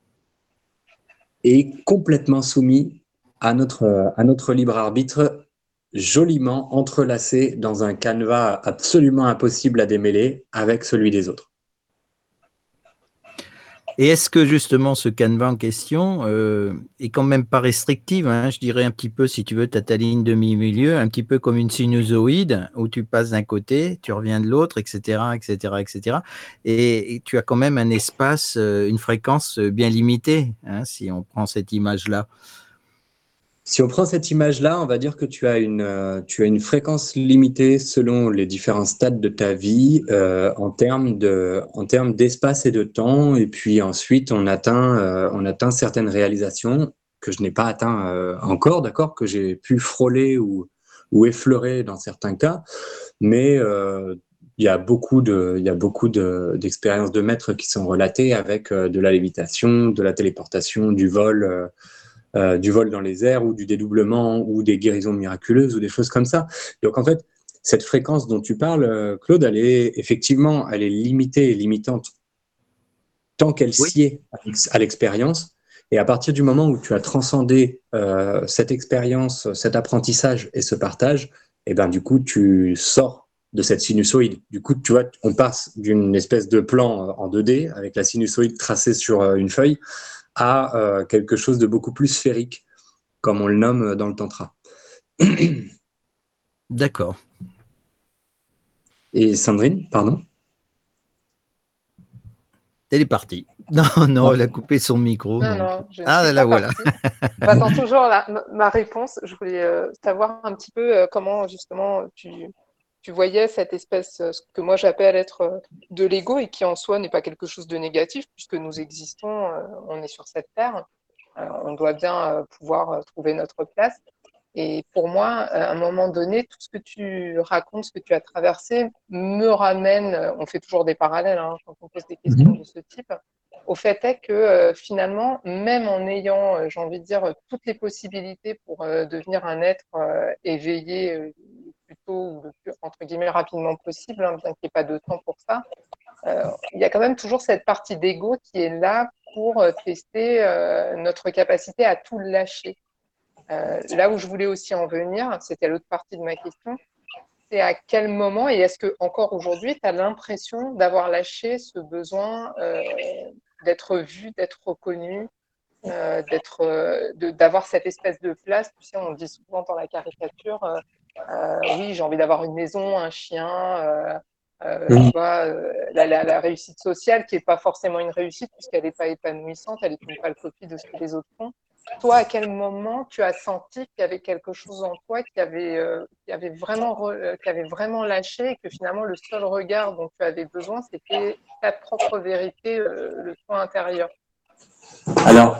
et complètement soumis à notre libre arbitre, joliment entrelacé dans un canevas absolument impossible à démêler avec celui des autres. Et est-ce que justement ce canevas en question est quand même pas restrictive, hein, je dirais un petit peu, si tu veux, tu as ta ligne demi-milieu, un petit peu comme une sinusoïde où tu passes d'un côté, tu reviens de l'autre, etc., etc., etc. Et tu as quand même un espace, une fréquence bien limitée, hein, si on prend cette image-là. Si on prend cette image-là, on va dire que tu as une fréquence limitée selon les différents stades de ta vie en termes d'espace et de temps. Et puis ensuite, on atteint certaines réalisations que je n'ai pas atteint encore, d'accord, que j'ai pu frôler ou effleurer dans certains cas. Mais il y a beaucoup d'expériences de maîtres qui sont relatées avec de la lévitation, de la téléportation, du vol dans les airs ou du dédoublement ou des guérisons miraculeuses ou des choses comme ça. Donc en fait, cette fréquence dont tu parles, Claude, elle est limitée et limitante tant qu'elle sied à l'expérience. Et à partir du moment où tu as transcendé cette expérience, cet apprentissage et ce partage, et ben du coup, tu sors de cette sinusoïde. Du coup, tu vois, on passe d'une espèce de plan en 2D avec la sinusoïde tracée sur une feuille à quelque chose de beaucoup plus sphérique, comme on le nomme dans le tantra. D'accord. Et Sandrine, pardon? Elle est partie. Non, elle a coupé son micro. Non, je ne ah, suis la pas voilà. partie. J'attends toujours ma réponse. Je voulais savoir un petit peu comment justement tu voyais cette espèce, ce que moi j'appelle être de l'ego et qui en soi n'est pas quelque chose de négatif puisque nous existons, on est sur cette terre, on doit bien pouvoir trouver notre place. Et pour moi, à un moment donné, tout ce que tu racontes, ce que tu as traversé, me ramène, on fait toujours des parallèles hein, quand on pose des questions de ce type, au fait est que finalement, même en ayant, j'ai envie de dire, toutes les possibilités pour devenir un être éveillé le plus tôt ou le plus, entre guillemets, rapidement possible, hein, bien qu'il n'y ait pas de temps pour ça, il y a quand même toujours cette partie d'ego qui est là pour tester notre capacité à tout lâcher. Là où je voulais aussi en venir, c'était l'autre partie de ma question, c'est à quel moment et est-ce que encore aujourd'hui, tu as l'impression d'avoir lâché ce besoin d'être vu, d'être reconnu, d'avoir cette espèce de place. Tu sais, on dit souvent dans la caricature, oui, j'ai envie d'avoir une maison, un chien, tu vois, la réussite sociale qui n'est pas forcément une réussite puisqu'elle n'est pas épanouissante, elle est une pâle copie de ce que les autres font. Toi, à quel moment tu as senti qu'il y avait quelque chose en toi qui avait vraiment lâché et que finalement le seul regard dont tu avais besoin, c'était ta propre vérité, le toi intérieur? Alors,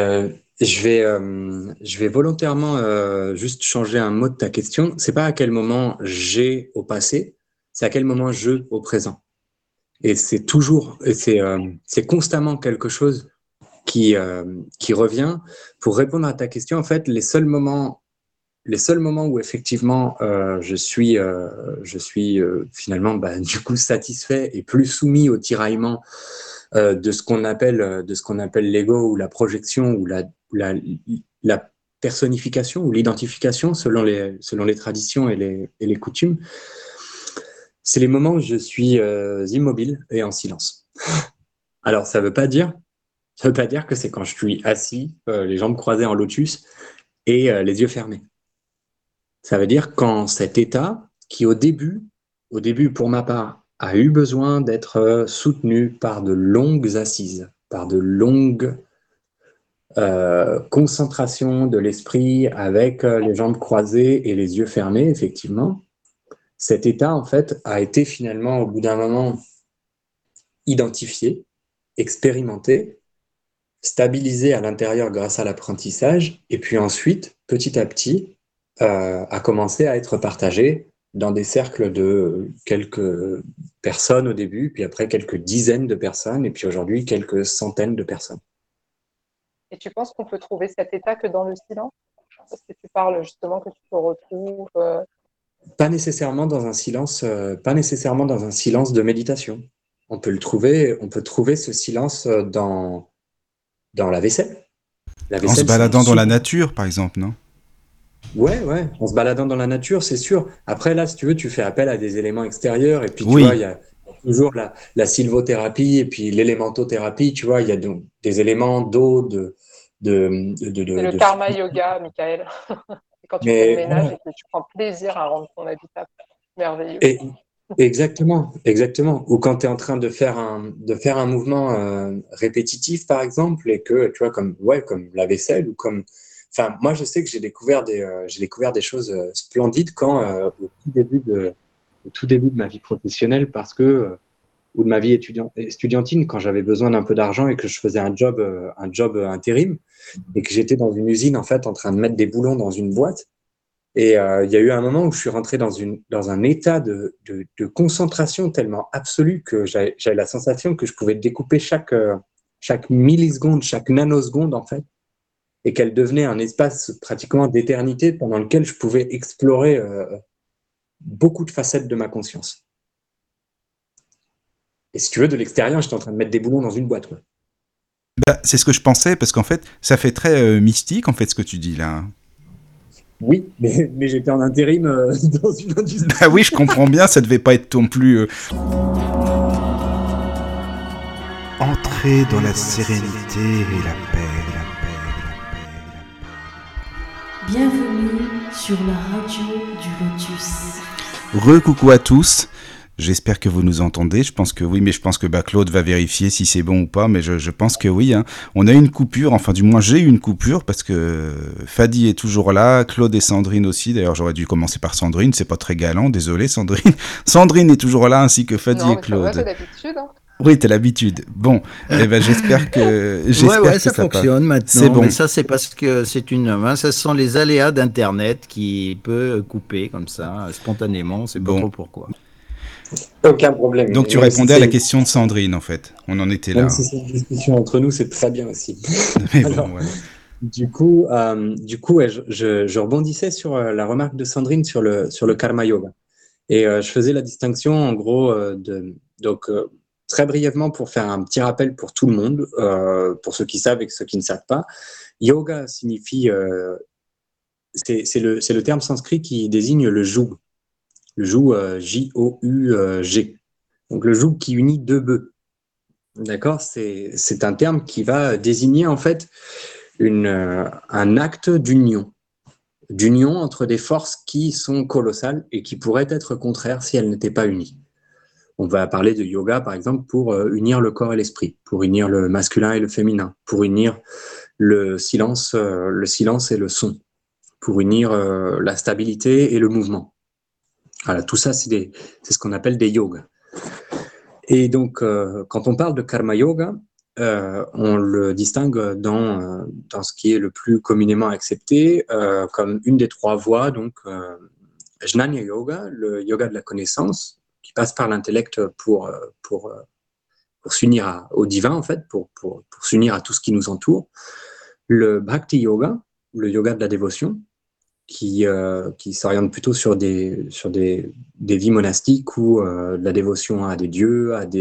je vais volontairement juste changer un mot de ta question. C'est pas à quel moment j'ai au passé, c'est à quel moment je au présent. Et c'est toujours, et c'est constamment quelque chose qui revient. Pour répondre à ta question, en fait, les seuls moments où effectivement je suis finalement du coup satisfait et plus soumis au tiraillement de ce qu'on appelle l'ego ou la projection ou la personnification ou l'identification selon les traditions et les coutumes, c'est les moments où je suis immobile et en silence. Alors ça veut pas dire que c'est quand je suis assis, les jambes croisées en lotus et les yeux fermés. Ça veut dire quand cet état qui au début pour ma part, a eu besoin d'être soutenu par de longues assises, par de longues concentrations de l'esprit avec les jambes croisées et les yeux fermés, effectivement. Cet état, en fait, a été finalement, au bout d'un moment, identifié, expérimenté, stabilisé à l'intérieur grâce à l'apprentissage, et puis ensuite, petit à petit, a commencé à être partagé dans des cercles de quelques personnes au début, puis après quelques dizaines de personnes, et puis aujourd'hui quelques centaines de personnes. Et tu penses qu'on peut trouver cet état que dans le silence? Parce que tu parles justement que tu te retrouves... Pas nécessairement dans un silence de méditation. On peut trouver ce silence dans la vaisselle. En se baladant dans la nature, par exemple, non? Ouais, en se baladant dans la nature, c'est sûr. Après, là, si tu veux, tu fais appel à des éléments extérieurs, et puis oui. tu vois, il y a toujours la sylvothérapie et puis l'élémentothérapie, tu vois, il y a donc des éléments d'eau, C'est le karma yoga, Michael. C'est quand tu fais le mais ménage voilà. et que tu prends plaisir à rendre ton habitable. Merveilleux. Et, exactement, exactement. Ou quand tu es en train de faire un mouvement répétitif, par exemple, et que, tu vois, comme la vaisselle, ou comme. Enfin, moi, je sais que j'ai découvert des choses splendides quand, au tout début de ma vie professionnelle, parce que, ou de ma vie estudiantine, quand j'avais besoin d'un peu d'argent et que je faisais un job intérim, et que j'étais dans une usine, en fait, en train de mettre des boulons dans une boîte. Et il y a eu un moment où je suis rentré dans un état de concentration tellement absolu que j'avais la sensation que je pouvais découper chaque milliseconde, chaque nanoseconde, en fait, et qu'elle devenait un espace pratiquement d'éternité pendant lequel je pouvais explorer beaucoup de facettes de ma conscience. Et si tu veux, de l'extérieur, j'étais en train de mettre des boulons dans une boîte, quoi. Bah, c'est ce que je pensais, parce qu'en fait, ça fait très mystique, en fait, ce que tu dis là. Oui, mais j'étais en intérim dans une industrie. Bah oui, je comprends bien, ça devait pas être non plus... Entrer dans la sérénité et la paix, la paix, la paix, la paix. Bienvenue sur la radio du Lotus. Recoucou à tous. J'espère que vous nous entendez. Je pense que oui, mais je pense que Claude va vérifier si c'est bon ou pas. Mais je pense que oui. Hein. On a eu une coupure, enfin du moins j'ai eu une coupure parce que Fadi est toujours là, Claude et Sandrine aussi. D'ailleurs, j'aurais dû commencer par Sandrine. C'est pas très galant, désolé Sandrine. Sandrine est toujours là ainsi que Fadi et Claude. Non, c'est d'habitude. Hein. Oui, t'as l'habitude. Bon, eh ben j'espère que que ça fonctionne maintenant. C'est bon. Mais ça, c'est parce que ce sont les aléas d'Internet qui peut couper comme ça spontanément. C'est pas trop pourquoi. Aucun problème. Donc tu répondais à la question de Sandrine en fait. On en était là. Même si c'est une discussion entre nous, c'est très bien aussi. Mais bon, voilà. Du coup, ouais, je rebondissais sur la remarque de Sandrine sur le karma yoga. Et je faisais la distinction en gros très brièvement pour faire un petit rappel pour tout le monde, pour ceux qui savent et ceux qui ne savent pas. Yoga signifie, c'est le terme sanskrit qui désigne le joug. Le joug, J-O-U-G. Donc le joug qui unit deux bœufs. D'accord, c'est un terme qui va désigner en fait un acte d'union entre des forces qui sont colossales et qui pourraient être contraires si elles n'étaient pas unies. On va parler de yoga par exemple pour unir le corps et l'esprit, pour unir le masculin et le féminin, pour unir le silence et le son, pour unir la stabilité et le mouvement. Voilà, tout ça c'est ce qu'on appelle des yogas. Et donc, quand on parle de karma yoga, on le distingue dans ce qui est le plus communément accepté comme une des trois voies, donc Jnana Yoga, le yoga de la connaissance, qui passe par l'intellect pour s'unir au divin, en fait, pour s'unir à tout ce qui nous entoure. Le Bhakti Yoga, le yoga de la dévotion, qui s'oriente plutôt sur des vies monastiques ou de la dévotion à des dieux, à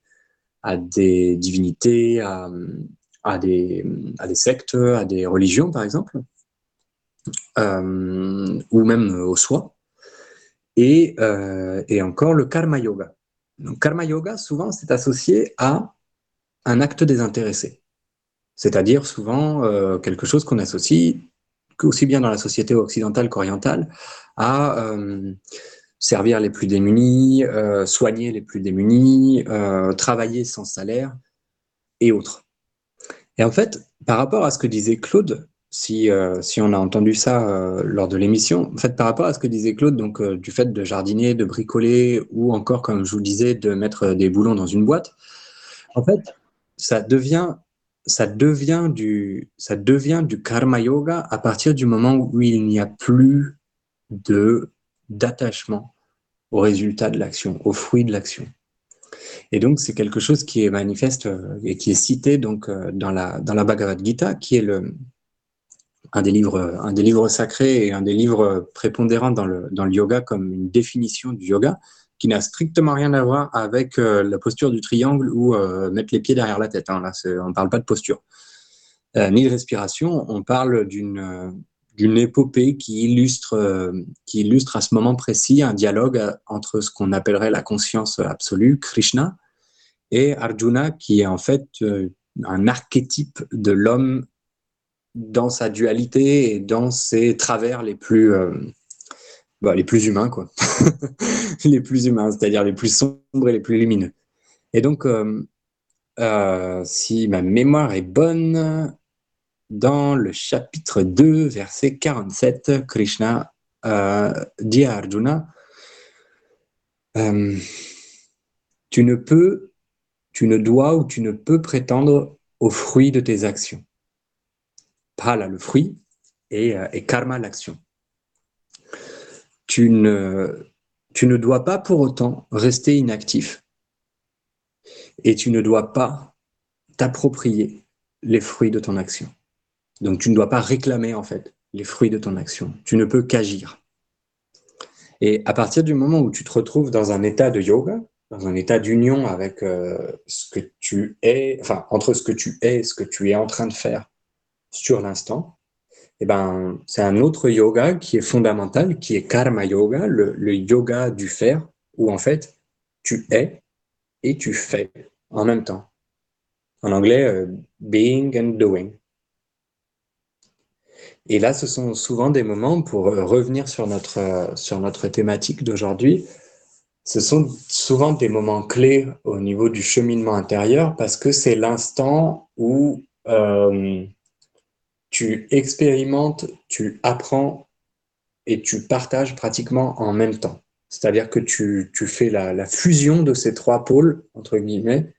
des divinités, à des sectes, à des religions, par exemple, ou même au soi. Et encore le karma yoga. Donc, karma yoga, souvent, c'est associé à un acte désintéressé. C'est-à-dire, souvent, quelque chose qu'on associe, aussi bien dans la société occidentale qu'orientale, à servir les plus démunis, soigner les plus démunis, travailler sans salaire et autres. Et en fait, par rapport à ce que disait Claude, si on a entendu ça lors de l'émission, en fait, par rapport à ce que disait Claude, donc du fait de jardiner, de bricoler, ou encore, comme je vous disais, de mettre des boulons dans une boîte, en fait, ça devient du karma yoga à partir du moment où il n'y a plus d'attachement au résultat de l'action, au fruit de l'action. Et donc, c'est quelque chose qui est manifeste et qui est cité donc dans la Bhagavad Gita, qui est un des livres sacrés et un des livres prépondérants dans le yoga comme une définition du yoga, qui n'a strictement rien à voir avec la posture du triangle ou mettre les pieds derrière la tête. Hein. Là, on ne parle pas de posture. Ni de respiration, on parle d'une d'une épopée qui illustre à ce moment précis un dialogue entre ce qu'on appellerait la conscience absolue, Krishna, et Arjuna, qui est en fait un archétype de l'homme dans sa dualité et dans ses travers les plus humains, quoi. Les plus humains, c'est-à-dire les plus sombres et les plus lumineux. Et donc, si ma mémoire est bonne, dans le chapitre 2, verset 47, Krishna dit à Arjuna, tu ne dois ou tu ne peux prétendre au fruit de tes actions. Prala, le fruit, et karma, l'action. Tu ne dois pas pour autant rester inactif et tu ne dois pas t'approprier les fruits de ton action. Donc tu ne dois pas réclamer en fait les fruits de ton action. Tu ne peux qu'agir. Et à partir du moment où tu te retrouves dans un état de yoga, dans un état d'union avec ce que tu es, enfin entre ce que tu es et ce que tu es en train de faire sur l'instant, eh ben, c'est un autre yoga qui est fondamental, qui est karma yoga, le yoga du faire, où en fait, tu es et tu fais en même temps. En anglais, being and doing. Et là, ce sont souvent des moments, pour revenir sur notre thématique d'aujourd'hui, ce sont souvent des moments clés au niveau du cheminement intérieur, parce que c'est l'instant où tu expérimentes, tu apprends et tu partages pratiquement en même temps. C'est-à-dire que tu fais la fusion de ces trois pôles, entre guillemets,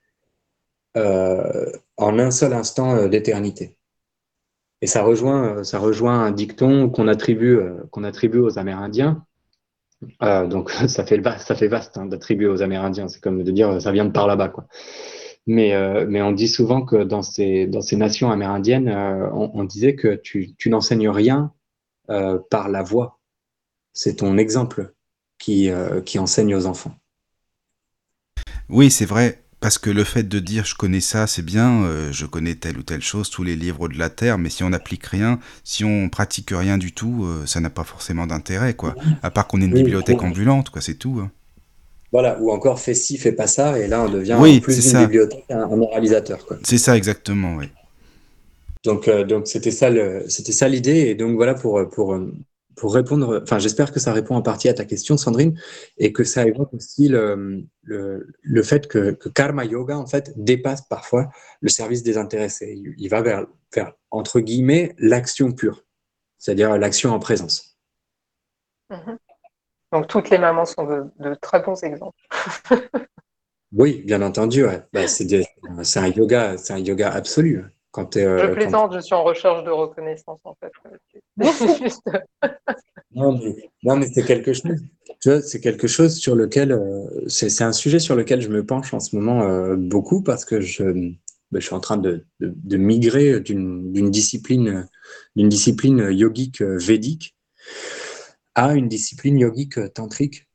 en un seul instant d'éternité. Et ça rejoint un dicton qu'on attribue aux Amérindiens. Donc ça fait vaste hein, d'attribuer aux Amérindiens. C'est comme de dire ça vient de par là-bas, quoi. Mais on dit souvent que dans ces nations amérindiennes, on disait que tu n'enseignes rien par la voix. C'est ton exemple qui enseigne aux enfants. Oui, c'est vrai, parce que le fait de dire je connais ça, c'est bien, je connais telle ou telle chose, tous les livres de la Terre, mais si on n'applique rien, si on pratique rien du tout, ça n'a pas forcément d'intérêt, quoi. À part qu'on ait une Oui, bibliothèque ambulante, quoi, c'est tout. Hein. voilà, ou encore fais ci, fais pas ça, et là on devient en Oui, c'est plus d'une ça. bibliothèque un moralisateur, quoi. C'est ça exactement, oui. Donc c'était ça l'idée, et donc voilà pour répondre. Enfin, j'espère que ça répond en partie à ta question, Sandrine, et que ça évoque aussi le fait que karma yoga en fait dépasse parfois le service désintéressé. Il va vers entre guillemets l'action pure, c'est-à-dire l'action en présence. Mhm. Donc toutes les mamans sont de très bons exemples. Oui, bien entendu, ouais. Bah, c'est un yoga absolu. Je plaisante, je suis en recherche de reconnaissance en fait. C'est juste- Non, mais c'est quelque chose. Tu vois, c'est quelque chose sur lequel c'est un sujet sur lequel je me penche en ce moment beaucoup parce que je suis en train de migrer d'une discipline yogique védique à une discipline yogique tantrique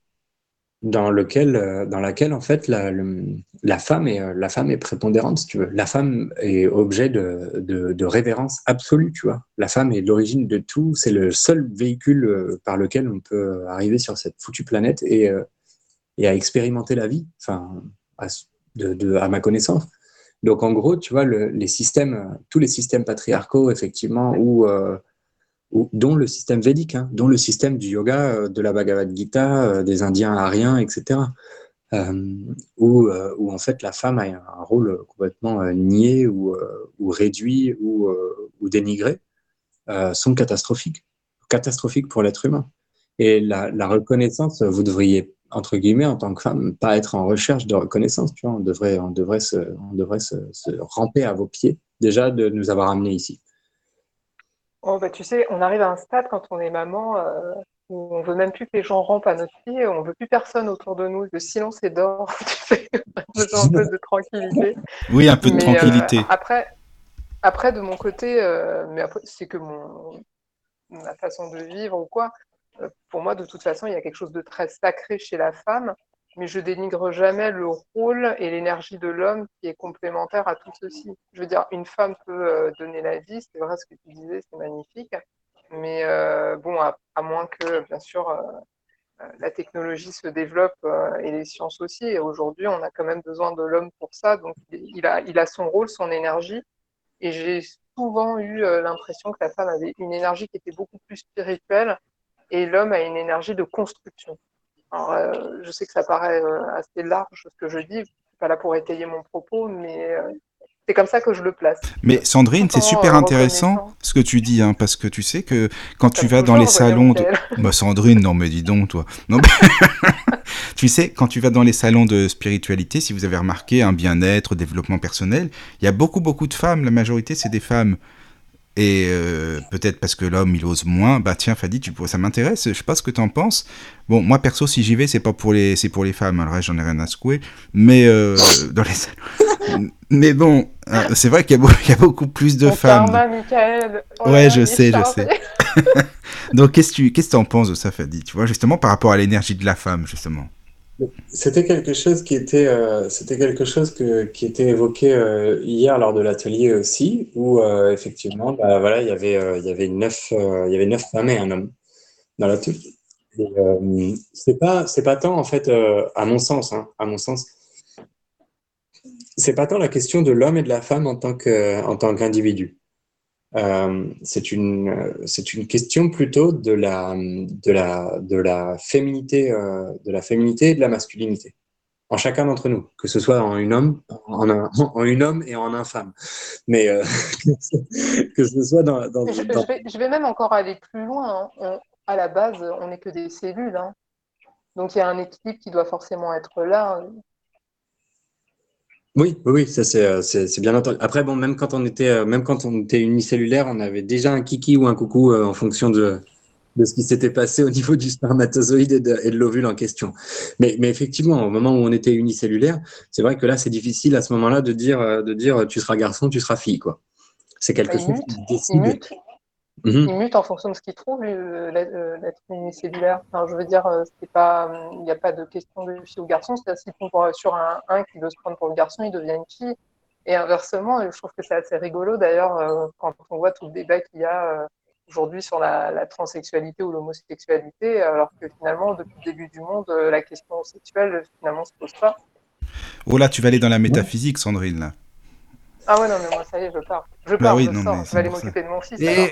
dans laquelle en fait la femme est prépondérante, si tu veux. La femme est objet de révérence absolue, tu vois. La femme est l'origine de tout, c'est le seul véhicule par lequel on peut arriver sur cette foutue planète et à expérimenter la vie, enfin, à ma connaissance. Donc en gros, tu vois, tous les systèmes patriarcaux, effectivement, dont le système védique, hein, dont le système du yoga, de la Bhagavad Gita, des Indiens aryens, etc., où en fait la femme a un rôle complètement nié ou réduit ou dénigré, sont catastrophiques pour l'être humain. Et la reconnaissance, vous devriez, entre guillemets, en tant que femme, pas être en recherche de reconnaissance. Tu vois, on devrait se ramper à vos pieds déjà de nous avoir amenés ici. Oh, bah, tu sais, on arrive à un stade quand on est maman où on veut même plus que les gens rampent à notre pied, on veut plus personne autour de nous, le silence est d'or, tu sais, on a besoin un peu de tranquillité. Oui, un peu de Mais tranquillité. après, de mon côté, mais après, c'est que ma façon de vivre ou quoi. Pour moi, de toute façon, il y a quelque chose de très sacré chez la femme, mais je dénigre jamais le rôle et l'énergie de l'homme qui est complémentaire à tout ceci. Je veux dire, une femme peut donner la vie, c'est vrai ce que tu disais, c'est magnifique, Mais bon, à moins que, bien sûr, la technologie se développe et les sciences aussi. Et aujourd'hui, on a quand même besoin de l'homme pour ça. Donc, il a son rôle, son énergie. Et j'ai souvent eu l'impression que la femme avait une énergie qui était beaucoup plus spirituelle et l'homme a une énergie de construction. Alors, je sais que ça paraît assez large ce que je dis, je suis pas là pour étayer mon propos, mais c'est comme ça que je le place. Mais Sandrine, Tout c'est en super intéressant reconnaissant, ce que tu dis, hein, parce que tu sais que quand tu comme vas dans les toujours, voyons salons de... Michael. Bah Sandrine, non mais dis donc toi. Non, tu sais, quand tu vas dans les salons de spiritualité, si vous avez remarqué, un bien-être, développement personnel, il y a beaucoup de femmes, la majorité c'est des femmes. Et peut-être parce que l'homme il ose moins, bah tiens Fadi, ça m'intéresse, je sais pas ce que t'en penses. Bon, moi perso, si j'y vais, c'est pas pour les, c'est pour les femmes, le reste j'en ai rien à secouer. Mais dans les salons. Mais bon, c'est vrai qu'il y a, il y a beaucoup plus de Ton femmes. karma, Michael. Oh là Ouais, là, je il est sais, je chargé. sais. Donc qu'est-ce que t'en penses de ça, Fadi? Tu vois, justement par rapport à l'énergie de la femme, justement. C'était quelque chose qui était évoqué hier lors de l'atelier aussi, où effectivement, bah, voilà, il y avait 9 femmes et un homme dans l'atelier. Et, c'est pas tant en fait, à mon sens, hein, à mon sens, c'est pas tant la question de l'homme et de la femme en tant qu'individu. C'est une question plutôt de la féminité, de la féminité et de la masculinité en chacun d'entre nous, que ce soit en une homme, en une homme et en un femme. Mais que ce soit Je vais même encore aller plus loin, hein. À la base, on n'est que des cellules, hein. Donc il y a un équilibre qui doit forcément être là. oui, ça c'est bien entendu. Après, bon, même quand on était unicellulaire, on avait déjà un kiki ou un coucou en fonction de ce qui s'était passé au niveau du spermatozoïde et de l'ovule en question. Mais effectivement, au moment où on était unicellulaire, c'est vrai que là, c'est difficile à ce moment-là de dire tu seras garçon, tu seras fille, quoi. C'est Bah, quelque il chose mute, qui il décide. mute, Mhm. il mute en fonction de ce qu'il trouve, l'être unicellulaire. Enfin, je veux dire, c'est pas, il n'y a pas de question de fille ou garçon. C'est-à-dire, s'il tombe sur un qui veut se prendre pour le garçon, il devient une fille. Et inversement, je trouve que c'est assez rigolo d'ailleurs quand on voit tout le débat qu'il y a aujourd'hui sur la transsexualité ou l'homosexualité, alors que finalement, depuis le début du monde, la question sexuelle finalement se pose pas. Oh là, tu vas aller dans la métaphysique, Sandrine, là. Ah ouais, non, mais moi, ça y est, je pars. Je Bah pars, oui, je non mais sors. Je vais c'est aller pour ça. m'occuper de mon fils alors. Et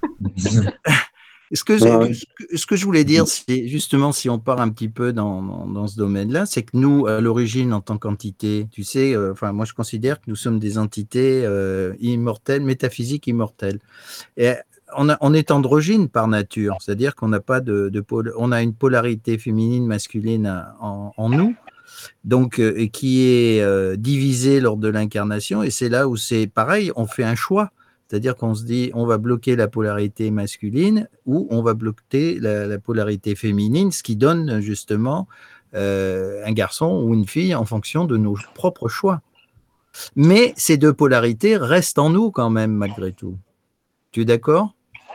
ce que, Ouais. ce que je voulais dire, c'est justement, si on part un petit peu dans ce domaine-là, c'est que nous, à l'origine, en tant qu'entité, tu sais, enfin, moi, je considère que nous sommes des entités immortelles, métaphysiques immortelles. Et on est androgyne par nature, c'est-à-dire qu'on n'a pas de pôle, on a une polarité féminine, masculine en nous, donc et qui est divisée lors de l'incarnation. Et c'est là où c'est pareil, on fait un choix. C'est-à-dire qu'on se dit, on va bloquer la polarité masculine ou on va bloquer la polarité féminine, ce qui donne justement un garçon ou une fille en fonction de nos propres choix. Mais ces deux polarités restent en nous quand même, malgré tout. Tu es d'accord?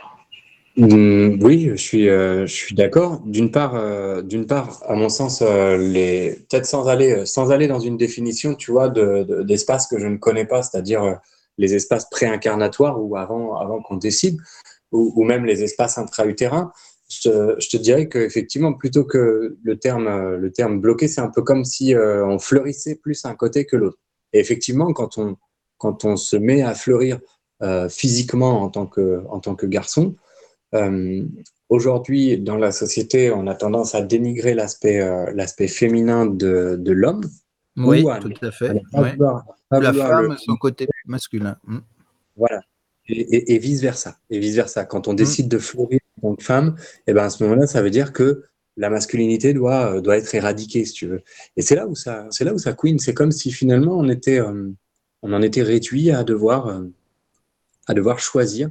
Oui, je suis d'accord. D'une part, à mon sens, peut-être sans aller dans une définition, tu vois, d'espace que je ne connais pas, c'est-à-dire les espaces préincarnatoires ou avant qu'on décide, ou même les espaces intra-utérins. Je te dirais qu'effectivement, plutôt que le terme bloqué, c'est un peu comme si on fleurissait plus un côté que l'autre. Et effectivement, quand on se met à fleurir physiquement en tant que garçon, euh, aujourd'hui, dans la société, on a tendance à dénigrer l'aspect féminin de l'homme ou Oui, tout à à fait. ne Ouais. pas Ou la vouloir femme, son côté masculin. voilà. Et vice-versa. Et vice-versa. Quand on Mm. décide de fleurir en tant que femme, et ben à ce moment-là, ça veut dire que la masculinité doit être éradiquée, si tu veux. Et c'est là où ça queen. C'est comme si finalement on en était réduit à devoir choisir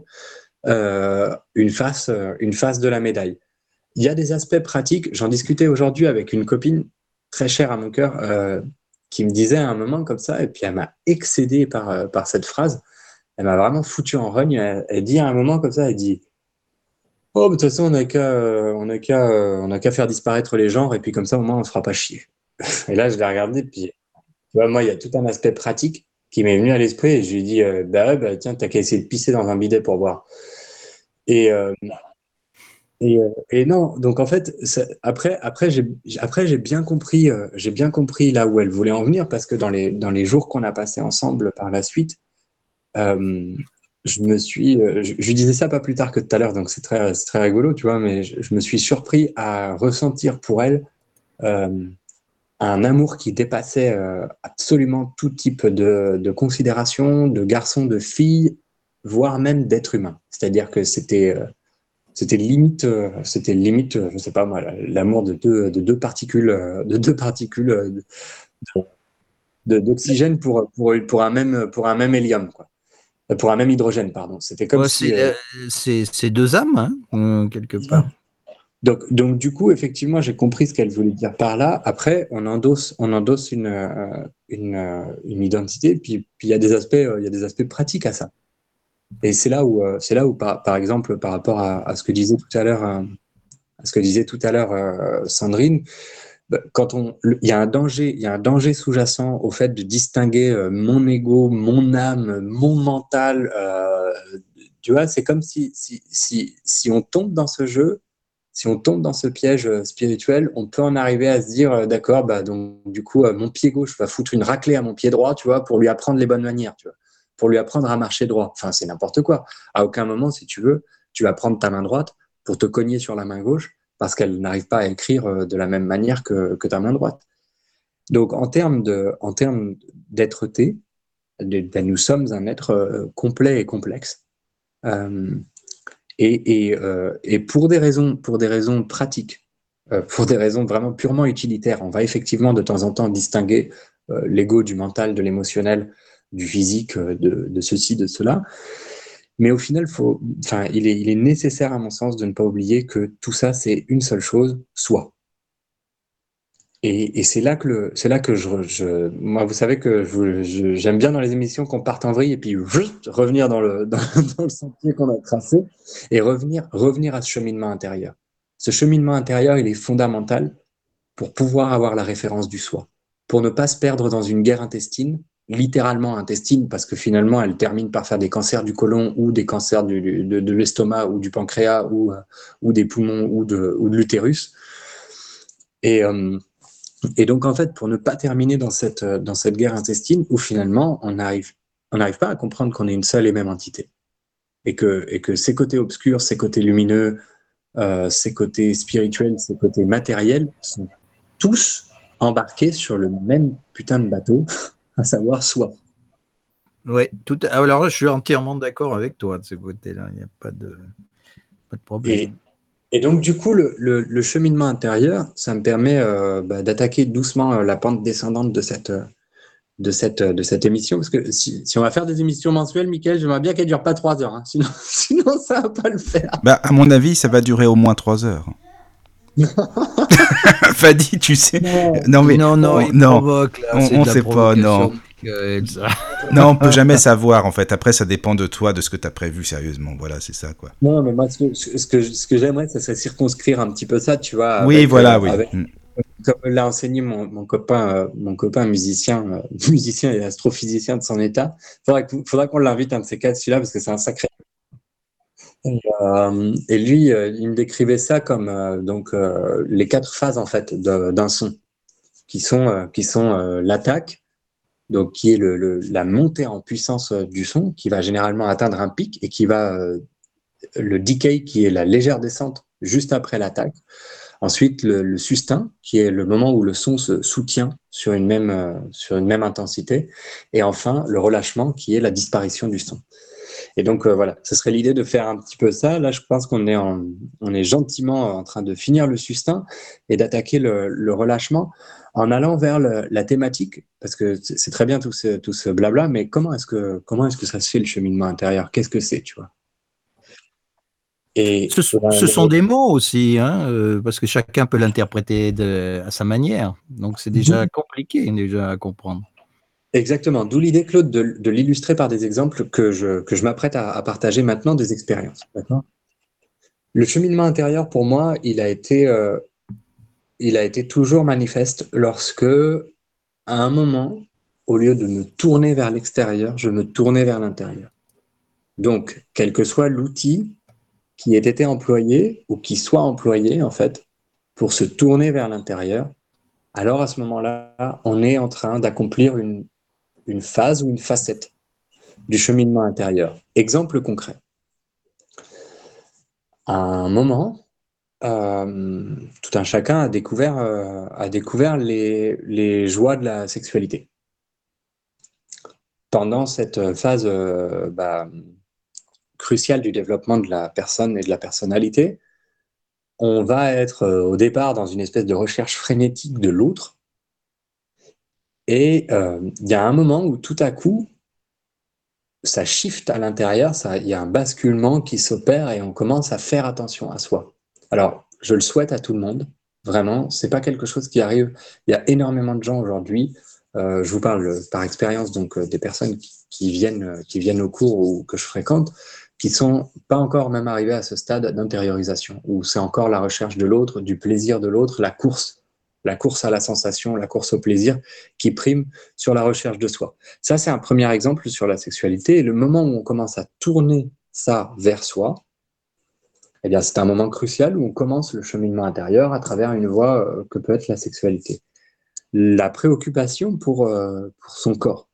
une face de la médaille. Il y a des aspects pratiques. J'en discutais aujourd'hui avec une copine très chère à mon cœur qui me disait à un moment comme ça, et puis elle m'a excédé par cette phrase. Elle m'a vraiment foutu en rogne. Elle dit à un moment comme ça, elle dit, oh, mais de toute façon, on n'a qu'à faire disparaître les genres, et puis comme ça, au moins, on se fera pas chier. Et là, je l'ai regardé, puis, tu vois, moi, il y a tout un aspect pratique qui m'est venu à l'esprit, et je lui ai dit, bah ouais, bah tiens, t'as qu'à essayer de pisser dans un bidet pour voir. Et, et non, donc en fait, après j'ai j'ai bien compris là où elle voulait en venir parce que dans les jours qu'on a passés ensemble par la suite, euh, je lui disais ça pas plus tard que tout à l'heure, donc c'est très rigolo, tu vois, mais je me suis surpris à ressentir pour elle euh, un amour qui dépassait absolument tout type de considération, de garçon, de fille, voire même d'être humain. C'est-à-dire que c'était limite, je sais pas moi, l'amour de deux particules d'oxygène pour un même hélium, quoi. Pour un même hydrogène, pardon. C'était comme Ouais, si. c'est deux âmes, hein, quelque part. Donc, du coup, effectivement, j'ai compris ce qu'elle voulait dire par là. Après, on endosse une identité, puis il y a il y a des aspects pratiques à ça. Et c'est là où par exemple, par rapport à ce que disait tout à l'heure, à ce que disait tout à l'heure Sandrine, bah, il y a un danger sous-jacent au fait de distinguer mon ego, mon âme, mon mental. Tu vois, c'est comme si on tombe dans ce jeu, si on tombe dans ce piège spirituel, on peut en arriver à se dire, d'accord, bah, donc du coup, mon pied gauche va foutre une raclée à mon pied droit, tu vois, pour lui apprendre les bonnes manières, tu vois, pour lui apprendre à marcher droit. Enfin, c'est n'importe quoi. À aucun moment, si tu veux, tu vas prendre ta main droite pour te cogner sur la main gauche parce qu'elle n'arrive pas à écrire de la même manière que ta main droite. Donc, en termes d'être-té, ben, nous sommes un être complet et complexe. Euh, et pour des raisons pratiques, pour des raisons vraiment purement utilitaires, on va effectivement de temps en temps distinguer l'ego du mental, de l'émotionnel, du physique, de ceci, de cela. Mais au final, il est nécessaire, à mon sens, de ne pas oublier que tout ça, c'est une seule chose, soi. Et c'est là que moi, vous savez que j'aime bien dans les émissions qu'on parte en vrille et puis revenir dans le sentier qu'on a tracé et revenir à ce cheminement intérieur. Ce cheminement intérieur, il est fondamental pour pouvoir avoir la référence du soi, pour ne pas se perdre dans une guerre intestine, littéralement intestine, parce que finalement, elle termine par faire des cancers du côlon ou des cancers de l'estomac ou du pancréas ou des poumons ou de l'utérus. Et, et donc, en fait, pour ne pas terminer dans cette guerre intestine où finalement, on n'arrive pas à comprendre qu'on est une seule et même entité. Et que ces côtés obscurs, ces côtés lumineux, ces côtés spirituels, ces côtés matériels sont tous embarqués sur le même putain de bateau, à savoir soi. Ouais, alors là, je suis entièrement d'accord avec toi de ce côté-là. Il n'y a pas de problème. Et donc, du coup, le cheminement intérieur, ça me permet d'attaquer doucement la pente descendante de cette émission. Parce que si on va faire des émissions mensuelles, Mickaël, j'aimerais bien qu'elles ne durent pas 3 heures. Hein, sinon, ça ne va pas le faire. Bah, à mon avis, ça va durer au moins 3 heures. Fadi, tu sais. Non, mais. Il provoque, là. On sait pas, non. Non, on peut jamais savoir, en fait. Après, ça dépend de toi, de ce que tu as prévu, sérieusement. Voilà, c'est ça, quoi. Non, mais moi, ce que j'aimerais, ça serait circonscrire un petit peu ça, tu vois. Oui, avec, voilà, oui. Comme l'a enseigné mon copain musicien, musicien et astrophysicien de son état. Faudra qu'on l'invite un de ces quatre, celui-là, parce que c'est un sacré. Et lui, il me décrivait ça comme les 4 phases en fait d'un son, qui sont l'attaque, donc qui est la montée en puissance du son, qui va généralement atteindre un pic, et qui va le decay, qui est la légère descente juste après l'attaque. Ensuite, le sustain, qui est le moment où le son se soutient sur une même intensité. Et enfin, le relâchement, qui est la disparition du son. Et donc, voilà, ce serait l'idée de faire un petit peu ça. Là, je pense qu'on est gentiment en train de finir le sustain et d'attaquer le relâchement en allant vers la thématique, parce que c'est très bien tout ce blabla, mais comment est-ce que ça se fait, le cheminement intérieur? Qu'est-ce que c'est, tu vois? Et ce sont des mots aussi, hein, parce que chacun peut l'interpréter à sa manière. Donc, c'est déjà compliqué déjà à comprendre. Exactement. D'où l'idée, Claude, de l'illustrer par des exemples que je m'apprête à partager maintenant, des expériences. D'accord ? Le cheminement intérieur, pour moi, il a été toujours manifeste lorsque, à un moment, au lieu de me tourner vers l'extérieur, je me tournais vers l'intérieur. Donc, quel que soit l'outil qui ait été employé ou qui soit employé, en fait, pour se tourner vers l'intérieur, alors à ce moment-là, on est en train d'accomplir une phase ou une facette du cheminement intérieur. Exemple concret. À un moment, tout un chacun a découvert les joies de la sexualité. Pendant cette phase cruciale du développement de la personne et de la personnalité, on va être au départ dans une espèce de recherche frénétique de l'autre. Et il y a un moment où tout à coup, ça shift à l'intérieur, il y a un basculement qui s'opère et on commence à faire attention à soi. Alors, je le souhaite à tout le monde, vraiment, c'est pas quelque chose qui arrive. Il y a énormément de gens aujourd'hui, je vous parle par expérience, donc des personnes qui viennent au cours ou que je fréquente, qui sont pas encore même arrivés à ce stade d'intériorisation, où c'est encore la recherche de l'autre, du plaisir de l'autre, la course à la sensation, la course au plaisir qui prime sur la recherche de soi. Ça, c'est un premier exemple sur la sexualité. Et le moment où on commence à tourner ça vers soi, eh bien, c'est un moment crucial où on commence le cheminement intérieur à travers une voie que peut être la sexualité. La préoccupation pour son corps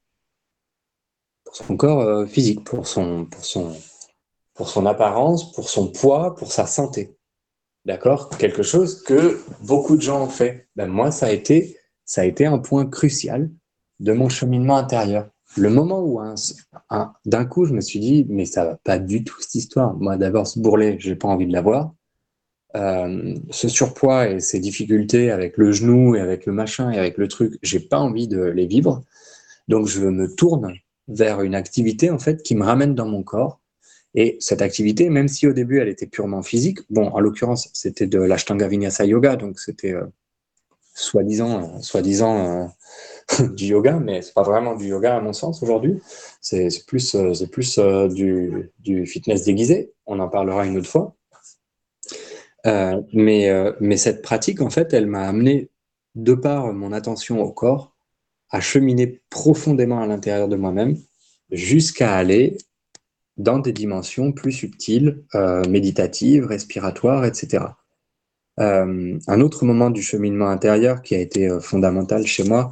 physique, pour son apparence, pour son poids, pour sa santé. D'accord? Quelque chose que beaucoup de gens ont fait. Ben, moi, ça a été un point crucial de mon cheminement intérieur. Le moment où d'un coup, je me suis dit, mais ça va pas du tout cette histoire. Moi, d'abord, ce bourrelet, j'ai pas envie de l'avoir. Ce surpoids et ces difficultés avec le genou et avec le machin et avec le truc, j'ai pas envie de les vivre. Donc, je me tourne vers une activité, en fait, qui me ramène dans mon corps. Et cette activité, même si au début, elle était purement physique, bon, en l'occurrence, c'était de l'Ashtanga Vinyasa Yoga, donc c'était soi-disant du yoga, mais c'est pas vraiment du yoga à mon sens aujourd'hui. C'est plus du fitness déguisé. On en parlera une autre fois. Mais cette pratique, en fait, elle m'a amené, de par mon attention au corps, à cheminer profondément à l'intérieur de moi-même, jusqu'à aller dans des dimensions plus subtiles, méditatives, respiratoires, etc. Un autre moment du cheminement intérieur qui a été fondamental chez moi,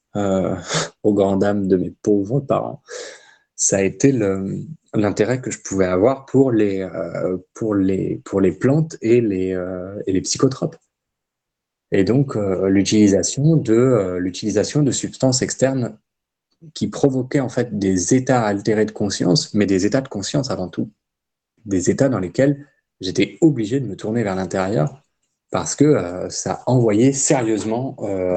aux grandes dames de mes pauvres parents, ça a été l'intérêt que je pouvais avoir pour les plantes et les psychotropes. Et donc l'utilisation de substances externes qui provoquaient en fait des états altérés de conscience, mais des états de conscience avant tout, des états dans lesquels j'étais obligé de me tourner vers l'intérieur parce que ça envoyait sérieusement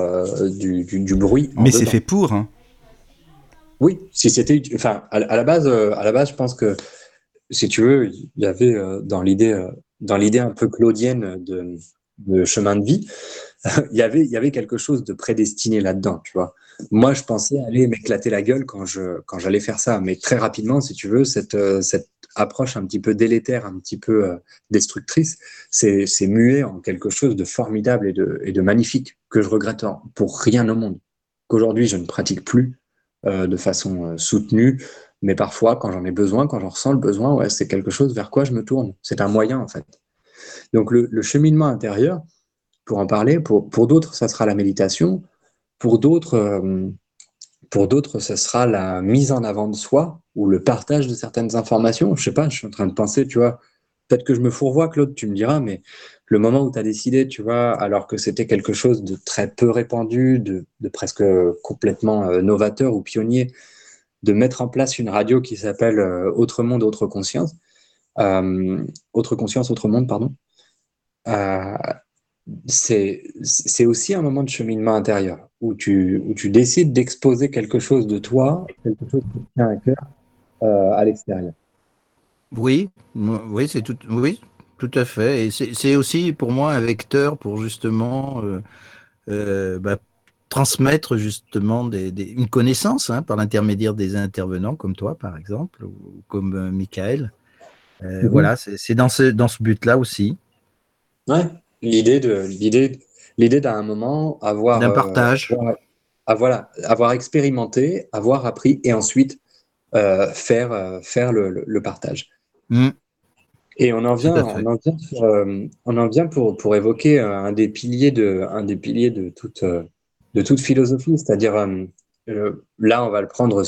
du bruit en Mais c'est dedans. fait pour, hein. Oui, si c'était, enfin, à la base, je pense que, si tu veux, il y avait dans l'idée un peu claudienne de chemin de vie, il y avait quelque chose de prédestiné là-dedans, tu vois. Moi, je pensais aller m'éclater la gueule quand j'allais faire ça, mais très rapidement, si tu veux, cette approche un petit peu délétère, un petit peu destructrice, c'est mué en quelque chose de formidable et de magnifique que je regrette pour rien au monde. Qu'aujourd'hui, je ne pratique plus de façon soutenue, mais parfois, quand j'en ai besoin, quand j'en ressens le besoin, ouais, c'est quelque chose vers quoi je me tourne. C'est un moyen, en fait. Donc, le cheminement intérieur, pour en parler, pour d'autres, ça sera la méditation. Pour d'autres, ce sera la mise en avant de soi ou le partage de certaines informations. Je sais pas, je suis en train de penser, tu vois, peut-être que je me fourvoie, Claude, tu me diras, mais le moment où tu as décidé, tu vois, alors que c'était quelque chose de très peu répandu, de presque complètement novateur ou pionnier, de mettre en place une radio qui s'appelle Autre Monde, Autre Conscience, Autre Conscience, Autre Monde, pardon. C'est aussi un moment de cheminement intérieur où tu décides d'exposer quelque chose de toi, quelque chose qui te tient à cœur à l'extérieur. Oui, oui, oui, tout à fait. Et c'est aussi pour moi un vecteur pour justement bah, transmettre justement une connaissance hein, par l'intermédiaire des intervenants comme toi, par exemple, ou comme Michael. Mhm. Voilà, c'est dans dans ce but-là aussi, Ouais, l'idée d'un moment d'un partage. avoir expérimenté, avoir appris et ensuite faire le partage. Mm. Et on en Tout vient, à fait. on en vient pour évoquer un des piliers de toute philosophie, c'est-à-dire là, on va le prendre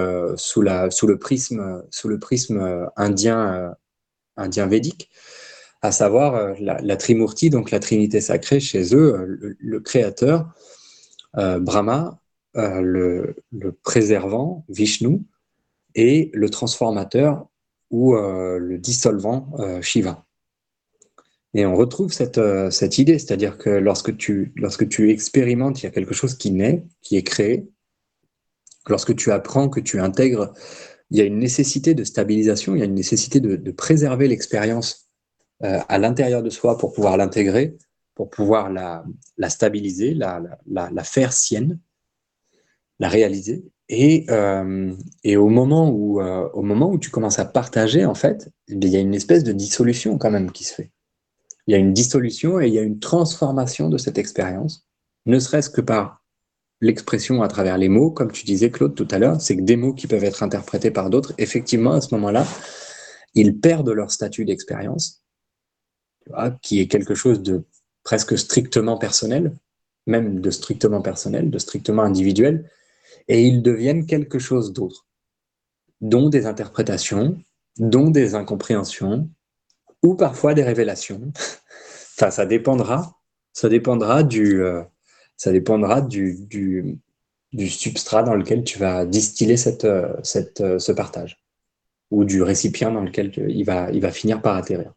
sous le prisme indien védique, à savoir la Trimurti, donc la Trinité sacrée chez eux, le créateur, Brahma, le préservant, Vishnu, et le transformateur ou le dissolvant, Shiva. Et on retrouve cette idée, c'est-à-dire que lorsque tu expérimentes, il y a quelque chose qui naît, qui est créé. Lorsque tu apprends, que tu intègres, il y a une nécessité de stabilisation, il y a une nécessité de préserver l'expérience à l'intérieur de soi pour pouvoir l'intégrer, pour pouvoir la stabiliser, la faire sienne, la réaliser. Et au moment où tu commences à partager, en fait, il y a une espèce de dissolution quand même qui se fait. Il y a une dissolution et il y a une transformation de cette expérience, ne serait-ce que par l'expression à travers les mots, comme tu disais, Claude, tout à l'heure, c'est que des mots qui peuvent être interprétés par d'autres, effectivement, à ce moment-là, ils perdent leur statut d'expérience, tu vois, qui est quelque chose de presque strictement personnel, même de strictement personnel, de strictement individuel, et ils deviennent quelque chose d'autre, dont des interprétations, dont des incompréhensions, ou parfois des révélations. Enfin, ça dépendra du substrat dans lequel tu vas distiller ce partage, ou du récipient dans lequel il va finir par atterrir.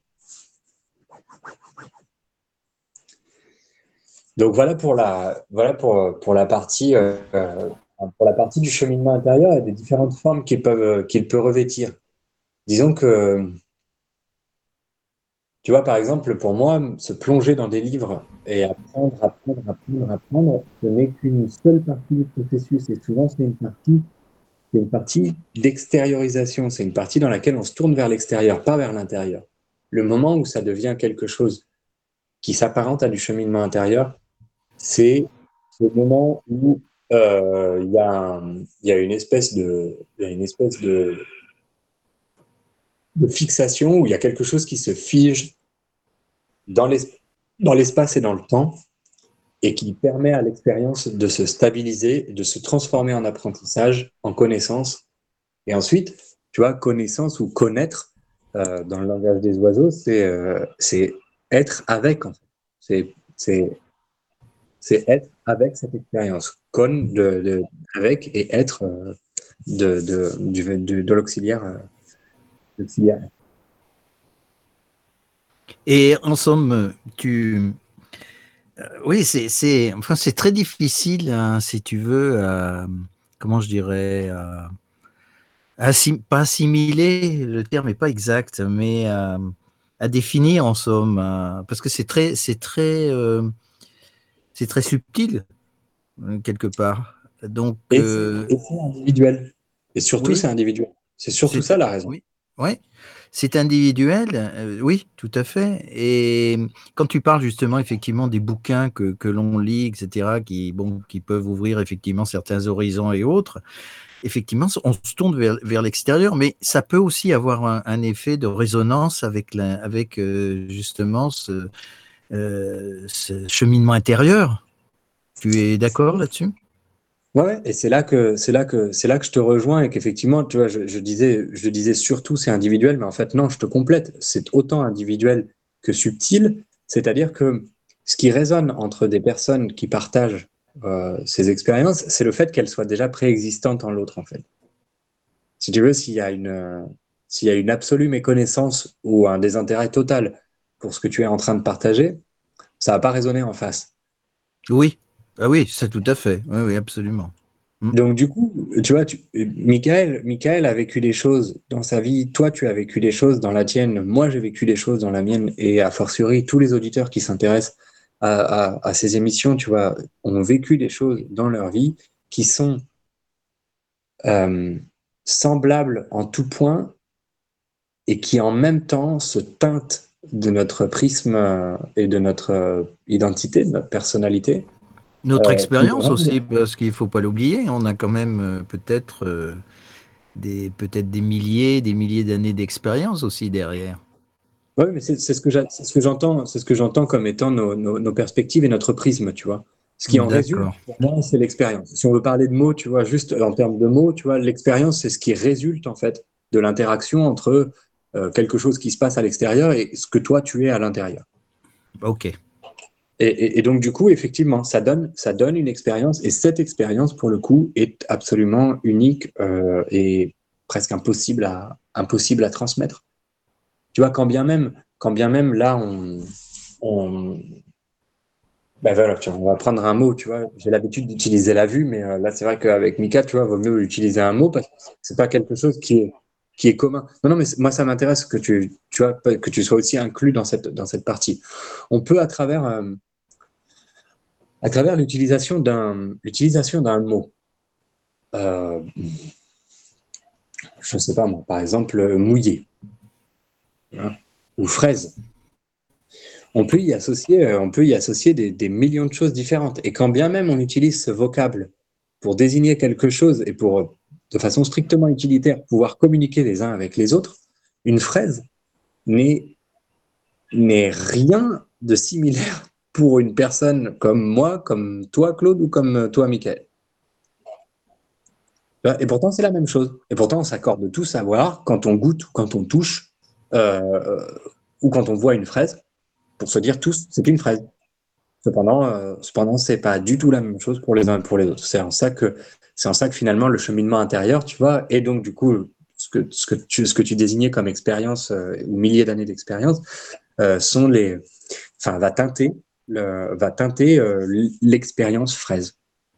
Donc pour la partie du cheminement intérieur et des différentes formes qu'il peut revêtir. Disons que, tu vois, par exemple, pour moi, se plonger dans des livres et apprendre, ce n'est qu'une seule partie du processus. Et souvent, c'est une partie d'extériorisation. C'est une partie dans laquelle on se tourne vers l'extérieur, pas vers l'intérieur. Le moment où ça devient quelque chose qui s'apparente à du cheminement intérieur, c'est le moment où il y a une espèce de fixation, où il y a quelque chose qui se fige dans l'espace et dans le temps, et qui permet à l'expérience de se stabiliser, de se transformer en apprentissage, en connaissance. Et ensuite, tu vois, connaissance ou connaître, dans le langage des oiseaux, c'est être avec, en fait. C'est être avec cette expérience. Avec et être de l'auxiliaire. L'auxiliaire. Et en somme, oui, enfin, c'est très difficile, hein, si tu veux, comment je dirais, pas assimiler, le terme n'est pas exact, mais à définir en somme, parce que c'est très subtil quelque part. Donc, Et c'est individuel. Et surtout, c'est oui, individuel. C'est surtout ça la raison. oui, ouais, c'est individuel, oui, tout à fait. Et quand tu parles justement effectivement des bouquins que l'on lit, etc., qui peuvent ouvrir effectivement certains horizons et autres, effectivement, on se tourne vers l'extérieur, mais ça peut aussi avoir un effet de résonance avec justement ce cheminement intérieur. Tu es d'accord là-dessus? Ouais, et c'est là que je te rejoins et qu'effectivement, tu vois, je disais surtout c'est individuel, mais en fait, non, je te complète. C'est autant individuel que subtil. C'est-à-dire que ce qui résonne entre des personnes qui partagent ces expériences, c'est le fait qu'elles soient déjà préexistantes en l'autre, en fait. Si tu veux, s'il y a une absolue méconnaissance ou un désintérêt total pour ce que tu es en train de partager, ça va pas résonner en face. Oui, ah oui, c'est tout à fait. Oui, oui, absolument. Donc du coup, tu vois, Michael a vécu des choses dans sa vie, toi tu as vécu des choses dans la tienne, moi j'ai vécu des choses dans la mienne, et a fortiori tous les auditeurs qui s'intéressent à ces émissions, tu vois, ont vécu des choses dans leur vie qui sont euh, semblables en tout point et qui en même temps se teintent de notre prisme et de notre identité, de notre personnalité. Notre Qui expérience rendent- aussi, parce qu'il ne faut pas l'oublier, on a quand même peut-être des milliers d'années d'expérience aussi derrière. Oui, mais c'est ce que j'entends comme étant nos perspectives et notre prisme, tu vois. Ce qui en résulte, D'accord. pour moi, c'est l'expérience. Si on veut parler de mots, tu vois, juste en termes de mots, tu vois, l'expérience, c'est ce qui résulte, en fait, de l'interaction entre quelque chose qui se passe à l'extérieur et ce que toi, tu es à l'intérieur. Ok. Et donc, du coup, effectivement, ça donne une expérience, et cette expérience, pour le coup, est absolument unique et presque impossible à transmettre. Tu vois, quand bien même là, on, ben voilà, on va prendre un mot, tu vois. J'ai l'habitude d'utiliser la vue, mais là, c'est vrai qu'avec Mika, tu vois, vaut mieux utiliser un mot parce que c'est pas quelque chose qui est commun. Non, non, mais moi, ça m'intéresse que tu vois, que tu sois aussi inclus dans cette partie. On peut, à travers l'utilisation d'un mot, euh, je sais pas moi, par exemple, mouillé, hein, ou fraise. On peut y associer des millions de choses différentes. Et quand bien même on utilise ce vocable pour désigner quelque chose et pour, de façon strictement utilitaire, pouvoir communiquer les uns avec les autres, une fraise n'est n'est rien de similaire pour une personne comme moi, comme toi, Claude, ou comme toi, Michael. Et pourtant, c'est la même chose. Et pourtant, on s'accorde de tout savoir quand on goûte, quand on touche, euh, ou quand on voit une fraise, pour se dire tous, c'est une fraise. Cependant, c'est pas du tout la même chose pour les uns et pour les autres. C'est en ça que finalement le cheminement intérieur, tu vois, et donc du coup ce que tu désignais comme expérience ou milliers d'années d'expérience sont enfin va teinter l'expérience fraise.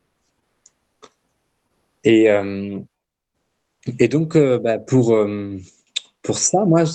Et euh, et donc pour ça, moi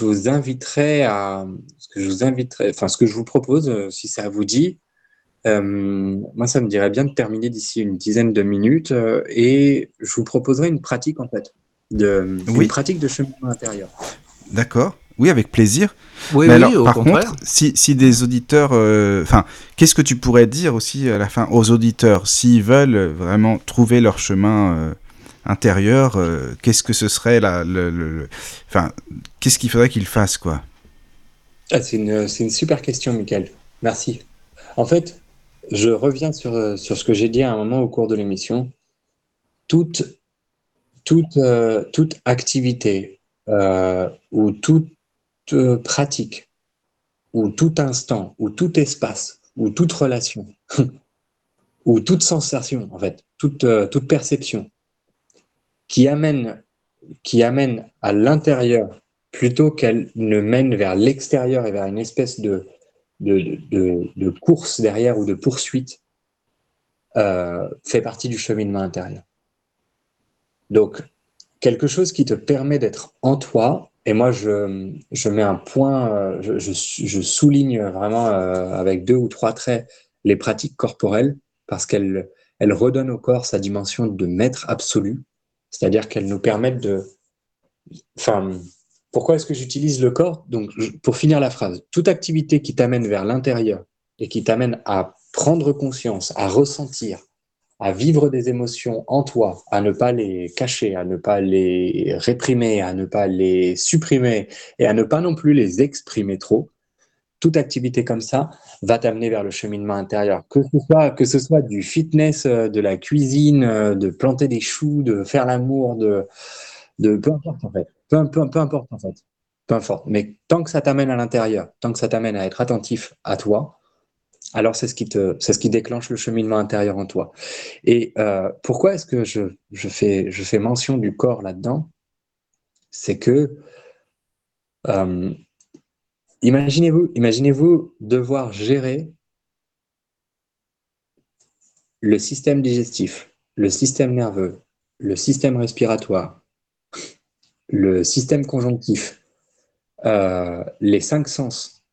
ce que je vous propose, si ça vous dit. Moi, ça me dirait bien de terminer d'ici une dizaine de minutes et je vous proposerai une pratique en fait, une Oui, pratique de cheminement intérieur. d'accord. Oui, avec plaisir. Oui, Mais oui, alors, au par contre, contraire. si des auditeurs, enfin, qu'est-ce que tu pourrais dire aussi à la fin aux auditeurs s'ils veulent vraiment trouver leur chemin intérieur, qu'est-ce que ce serait enfin, qu'est-ce qu'il faudrait qu'ils fassent, quoi? Ah, c'est une super question, Michael. Merci. En fait, je reviens sur ce que j'ai dit à un moment au cours de l'émission. Toute, toute activité ou toute pratique ou tout instant ou tout espace ou toute relation ou toute sensation, en fait, toute perception qui amène, qui amène à l'intérieur plutôt qu'elle ne mène vers l'extérieur et vers une espèce de course derrière ou de poursuite, fait partie du cheminement intérieur. Donc, quelque chose qui te permet d'être en toi, et moi je mets un point, je souligne vraiment avec 2 ou 3 traits les pratiques corporelles, parce qu'elles redonnent au corps sa dimension de maître absolu, c'est-à-dire qu'elles nous permettent de... Enfin, pourquoi est-ce que j'utilise le corps? Donc, pour finir la phrase, toute activité qui t'amène vers l'intérieur et qui t'amène à prendre conscience, à ressentir, à vivre des émotions en toi, à ne pas les cacher, à ne pas les réprimer, à ne pas les supprimer et à ne pas non plus les exprimer trop, toute activité comme ça va t'amener vers le cheminement intérieur. Que ce soit du fitness, de la cuisine, de planter des choux, de faire l'amour, peu importe en fait. Peu importe en fait. Peu importe. Mais tant que ça t'amène à l'intérieur, tant que ça t'amène à être attentif à toi, alors c'est ce qui déclenche le cheminement intérieur en toi. Et pourquoi est-ce que je fais mention du corps là-dedans? C'est que euh, imaginez-vous devoir gérer le système digestif, le système nerveux, le système respiratoire, le système conjonctif, les 5 sens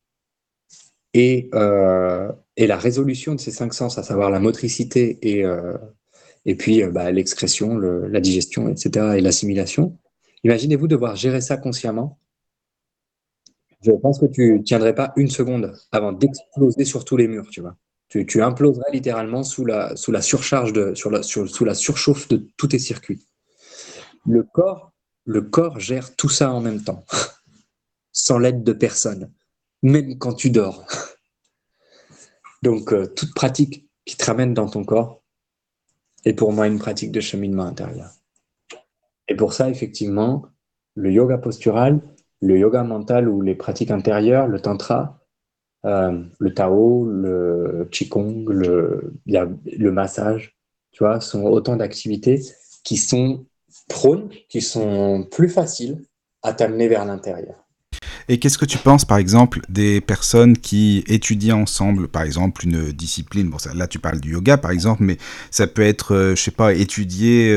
et la résolution de ces 5 sens, à savoir la motricité et puis l'excrétion, la digestion, etc. et l'assimilation. Imaginez-vous devoir gérer ça consciemment. Je pense que tu tiendrais pas une seconde avant d'exploser sur tous les murs, tu vois. Tu imploserais littéralement sous la surcharge sous la surchauffe de tous tes circuits. Le corps, le corps gère tout ça en même temps, sans l'aide de personne, même quand tu dors. Donc, toute pratique qui te ramène dans ton corps est pour moi une pratique de cheminement intérieur. Et pour ça, effectivement, le yoga postural, le yoga mental ou les pratiques intérieures, le tantra, le Tao, le Qigong, le massage, tu vois, sont autant d'activités qui sont prônes, qui sont plus faciles à t'amener vers l'intérieur. Et qu'est-ce que tu penses, par exemple, des personnes qui étudient ensemble, par exemple, une discipline? Bon, ça, là, tu parles du yoga, par exemple, mais ça peut être, je sais pas, étudier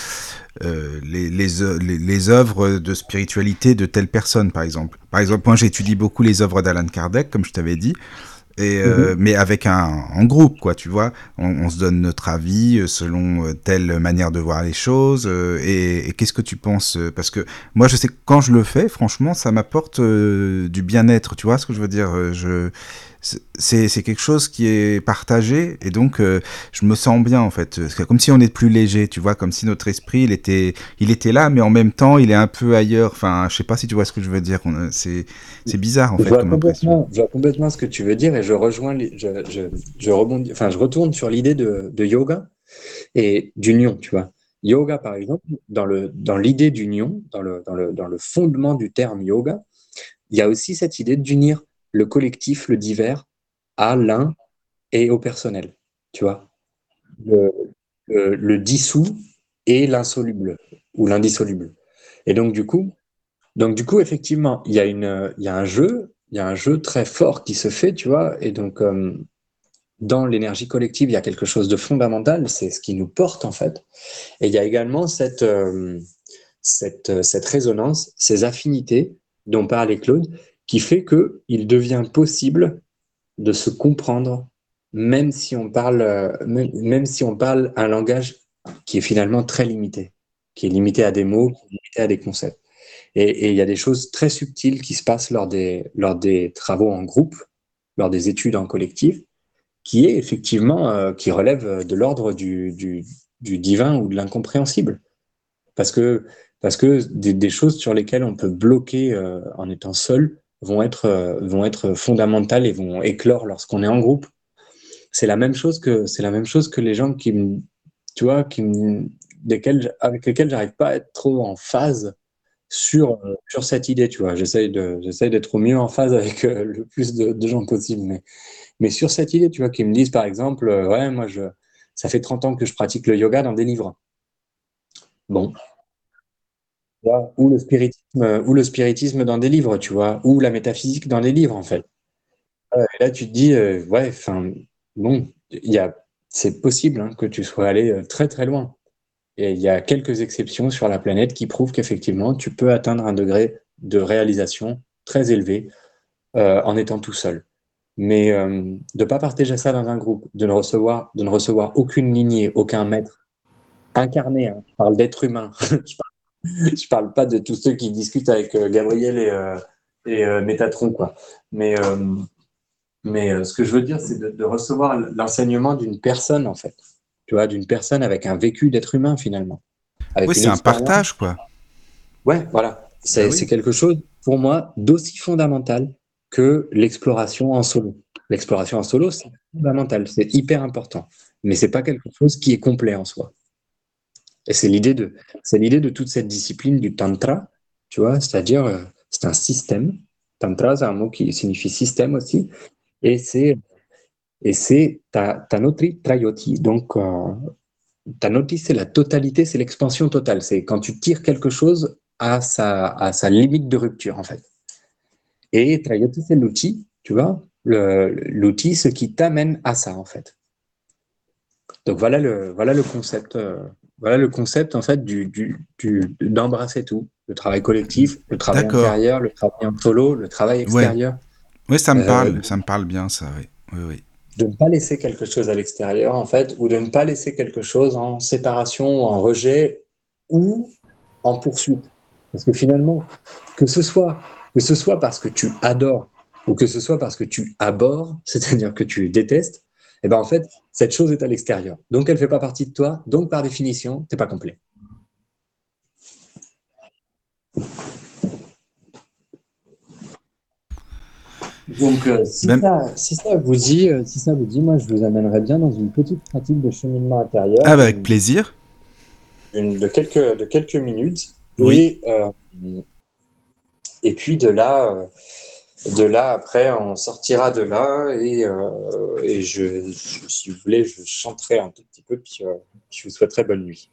les œuvres de spiritualité de telle personne, par exemple. Par exemple, moi, j'étudie beaucoup les œuvres d'Alan Kardec, comme je t'avais dit. Mais avec en groupe, quoi, tu vois, on se donne notre avis selon telle manière de voir les choses. Et qu'est-ce que tu penses? Parce que moi, je sais que quand je le fais, franchement, ça m'apporte du bien-être, tu vois ce que je veux dire? C'est quelque chose qui est partagé et donc je me sens bien en fait. C'est comme si on est plus léger, tu vois, comme si notre esprit il était là, mais en même temps il est un peu ailleurs. Enfin, je sais pas si tu vois ce que je veux dire. C'est bizarre en fait comme impression. Je vois complètement ce que tu veux dire et je rejoins, je rebondis, enfin, je retourne sur l'idée de yoga et d'union, tu vois. Yoga, par exemple, dans l'idée d'union, dans le fondement du terme yoga, il y a aussi cette idée d'unir le collectif, le divers, à l'un et au personnel, tu vois. Le, le dissous et l'insoluble, ou l'indissoluble. Et donc du coup, effectivement, il y a un jeu très fort qui se fait, tu vois. Et donc, dans l'énergie collective, il y a quelque chose de fondamental, c'est ce qui nous porte, en fait. Et il y a également cette résonance, ces affinités dont parlait Claude, qui fait qu'il devient possible de se comprendre, même si on parle un langage qui est finalement très limité, qui est limité à des mots, qui est limité à des concepts. Et il y a des choses très subtiles qui se passent lors des travaux en groupe, lors des études en collectif, qui est effectivement, qui relève de l'ordre du divin ou de l'incompréhensible. Parce que, parce que des choses sur lesquelles on peut bloquer en étant seul vont être fondamentales et vont éclore lorsqu'on est en groupe. C'est la même chose que les gens tu vois, avec lesquels j'arrive pas à être trop en phase sur cette idée, tu vois. J'essaye d'être au mieux en phase avec le plus de gens possible. Mais sur cette idée, tu vois, qui me disent par exemple, ouais, ça fait 30 ans que je pratique le yoga dans des livres. Bon, tu vois, ou le spiritisme dans des livres, tu vois, ou la métaphysique dans des livres, en fait. Et là, tu te dis, ouais, enfin, bon, c'est possible hein, que tu sois allé très très loin. Et il y a quelques exceptions sur la planète qui prouvent qu'effectivement, tu peux atteindre un degré de réalisation très élevé en étant tout seul. Mais de ne pas partager ça dans un groupe, de ne recevoir aucune lignée, aucun maître incarné, hein, je parle d'être humain, je parle pas de tous ceux qui discutent avec Gabriel et Métatron, quoi. Mais, euh, mais ce que je veux dire, c'est de recevoir l'enseignement d'une personne, en fait. Tu vois, d'une personne avec un vécu d'être humain, finalement. Oui, Avec une c'est un expérience. partage quoi. Ouais, voilà. Bah C'est oui. quelque chose, pour moi, d'aussi fondamental que l'exploration en solo. L'exploration en solo, c'est fondamental, c'est hyper important. Mais c'est pas quelque chose qui est complet en soi. Et c'est l'idée de toute cette discipline du tantra, tu vois, c'est-à-dire, c'est un système. Tantra, c'est un mot qui signifie système aussi. Et c'est Tanotri Trayoti. Donc, Tanotri, c'est la totalité, c'est l'expansion totale. C'est quand tu tires quelque chose à sa limite de rupture, en fait. Et Trayoti, c'est l'outil, tu vois, l'outil, ce qui t'amène à ça, en fait. Donc voilà le concept en fait d'embrasser tout, le travail collectif, le travail D'accord. intérieur, le travail en solo, le travail Ouais. extérieur, Ouais, euh, ça me parle bien ça, oui. Oui, oui. de ne pas laisser quelque chose à l'extérieur en fait, ou de ne pas laisser quelque chose en séparation, en rejet ou en poursuite. Parce que finalement, que ce soit, que ce soit parce que tu adores ou que ce soit parce que tu abhorres, c'est-à-dire que tu détestes, et ben en fait, cette chose est à l'extérieur. Donc elle ne fait pas partie de toi, donc par définition, tu n'es pas complet. Donc, Ben, si ça vous dit, moi, je vous amènerais bien dans une petite pratique de cheminement intérieur ah bah avec plaisir. de quelques minutes. Oui. Et puis de là, après, on sortira de là et si vous voulez, je chanterai un tout petit peu, puis je vous souhaiterai bonne nuit.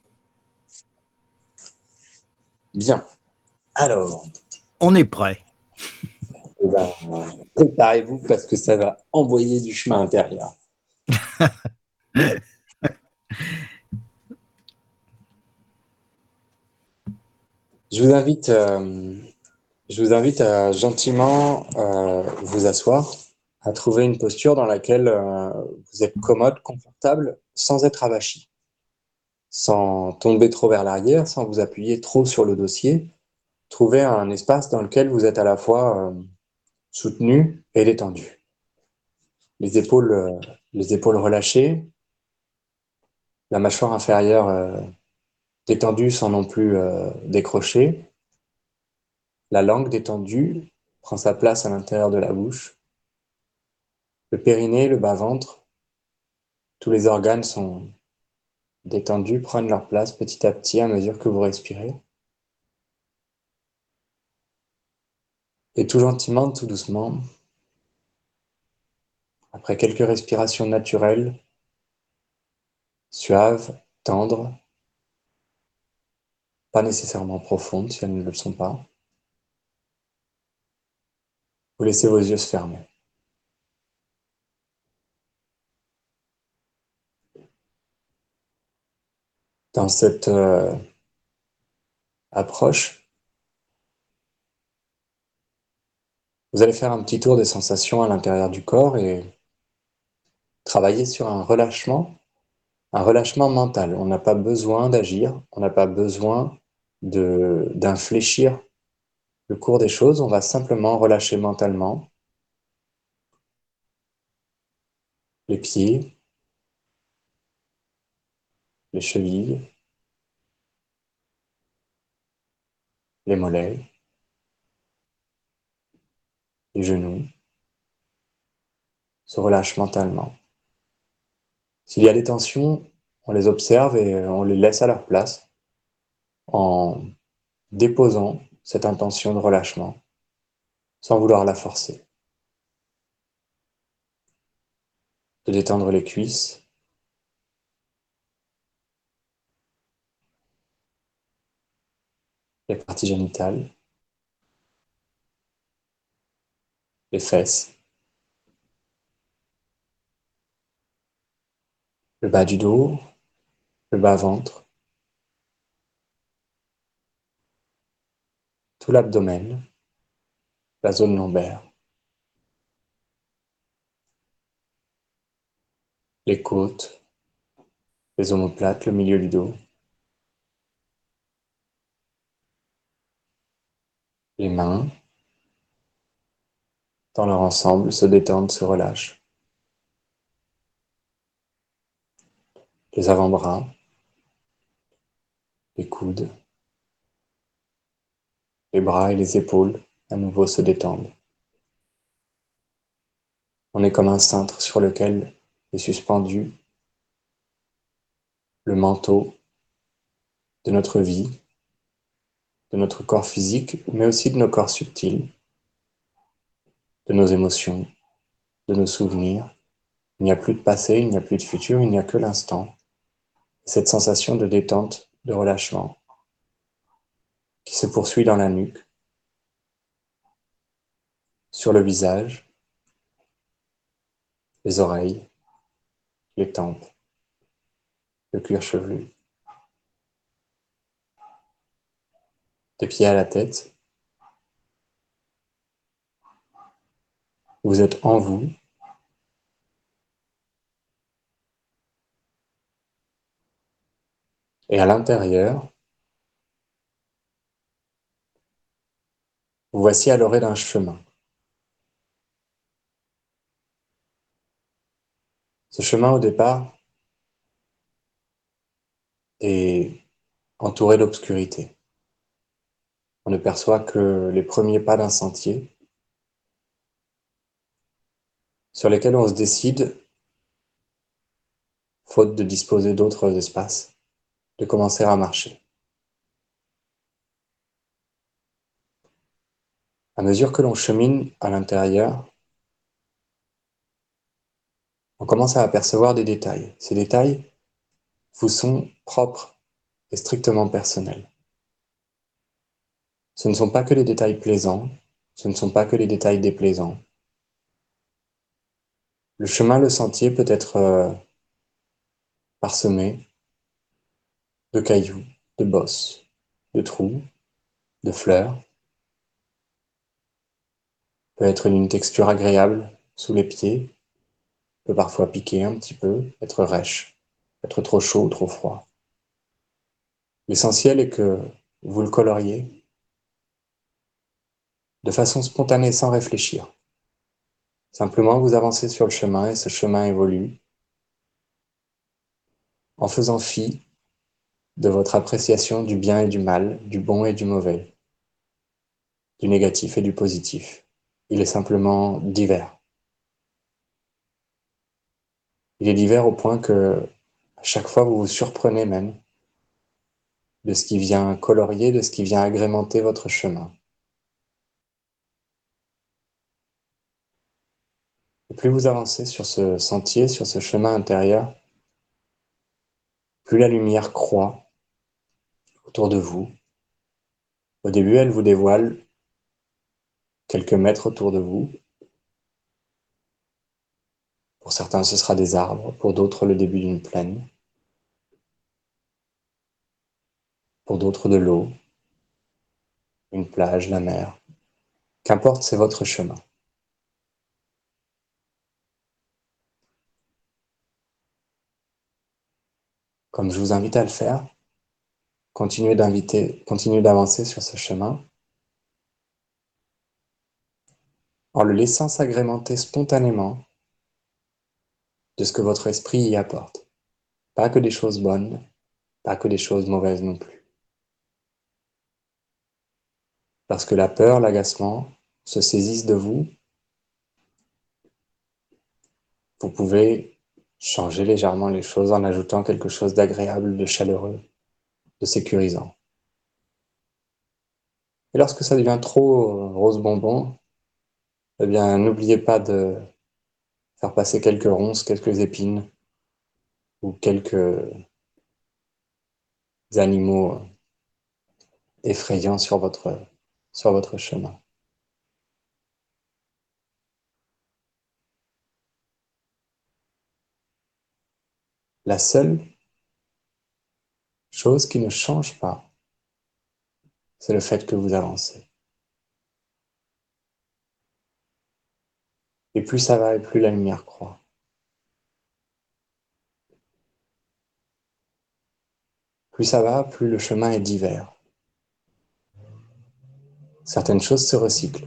Bien. Alors, On est prêt. eh ben, préparez-vous parce que ça va envoyer du chemin intérieur. Je vous invite, euh, je vous invite à gentiment vous asseoir, à trouver une posture dans laquelle vous êtes commode, confortable, sans être avachi, sans tomber trop vers l'arrière, sans vous appuyer trop sur le dossier. Trouvez un espace dans lequel vous êtes à la fois soutenu et détendu. Les épaules, euh, les épaules relâchées, la mâchoire inférieure détendue sans non plus décrocher, la langue détendue prend sa place à l'intérieur de la bouche, le périnée, le bas-ventre, tous les organes sont détendus, prennent leur place petit à petit à mesure que vous respirez. Et tout gentiment, tout doucement, après quelques respirations naturelles, suaves, tendres, pas nécessairement profondes si elles ne le sont pas, vous laissez vos yeux se fermer. Dans cette approche, vous allez faire un petit tour des sensations à l'intérieur du corps et travailler sur un relâchement mental. On n'a pas besoin d'agir, on n'a pas besoin d'infléchir le cours des choses, on va simplement relâcher mentalement les pieds, les chevilles, les mollets, les genoux, se relâche mentalement. S'il y a des tensions, on les observe et on les laisse à leur place en déposant cette intention de relâchement sans vouloir la forcer. De détendre les cuisses, les parties génitales, les fesses, le bas du dos, le bas-ventre, tout l'abdomen, la zone lombaire, les côtes, les omoplates, le milieu du dos, les mains, dans leur ensemble, se détendent, se relâchent. Les avant-bras, les coudes, les bras et les épaules, à nouveau se détendent. On est comme un cintre sur lequel est suspendu le manteau de notre vie, de notre corps physique, mais aussi de nos corps subtils, de nos émotions, de nos souvenirs. Il n'y a plus de passé, il n'y a plus de futur, il n'y a que l'instant. Cette sensation de détente, de relâchement, qui se poursuit dans la nuque, sur le visage, les oreilles, les tempes, le cuir chevelu. Des pieds à la tête, vous êtes en vous, et à l'intérieur, vous voici à l'orée d'un chemin. Ce chemin, au départ, est entouré d'obscurité. On ne perçoit que les premiers pas d'un sentier. sur lesquels on se décide, faute de disposer d'autres espaces, de commencer à marcher. À mesure que l'on chemine à l'intérieur, on commence à apercevoir des détails. Ces détails vous sont propres et strictement personnels. Ce ne sont pas que les détails plaisants, ce ne sont pas que les détails déplaisants. Le chemin, le sentier peut être parsemé de cailloux, de bosses, de trous, de fleurs, peut être d'une texture agréable sous les pieds, peut parfois piquer un petit peu, être rêche, être trop chaud ou trop froid. L'essentiel est que vous le coloriez de façon spontanée sans réfléchir. Simplement, vous avancez sur le chemin et ce chemin évolue en faisant fi de votre appréciation du bien et du mal, du bon et du mauvais, du négatif et du positif. Il est simplement divers. Il est divers au point que à chaque fois vous vous surprenez même de ce qui vient colorier, de ce qui vient agrémenter votre chemin. Et plus vous avancez sur ce sentier, sur ce chemin intérieur, plus la lumière croît autour de vous. Au début, elle vous dévoile quelques mètres autour de vous. Pour certains, ce sera des arbres, pour d'autres, le début d'une plaine, pour d'autres, de l'eau, une plage, la mer. Qu'importe, c'est votre chemin. Comme je vous invite à le faire, continuez d'avancer sur ce chemin en le laissant s'agrémenter spontanément de ce que votre esprit y apporte. Pas que des choses bonnes, pas que des choses mauvaises non plus. Lorsque la peur, l'agacement se saisissent de vous, vous pouvez changer légèrement les choses en ajoutant quelque chose d'agréable, de chaleureux, de sécurisant. Et lorsque ça devient trop rose bonbon, eh bien, n'oubliez pas de faire passer quelques ronces, quelques épines ou quelques animaux effrayants sur votre chemin. La seule chose qui ne change pas, c'est le fait que vous avancez. Et plus ça va, et plus la lumière croît. Plus ça va, plus le chemin est divers. Certaines choses se recyclent.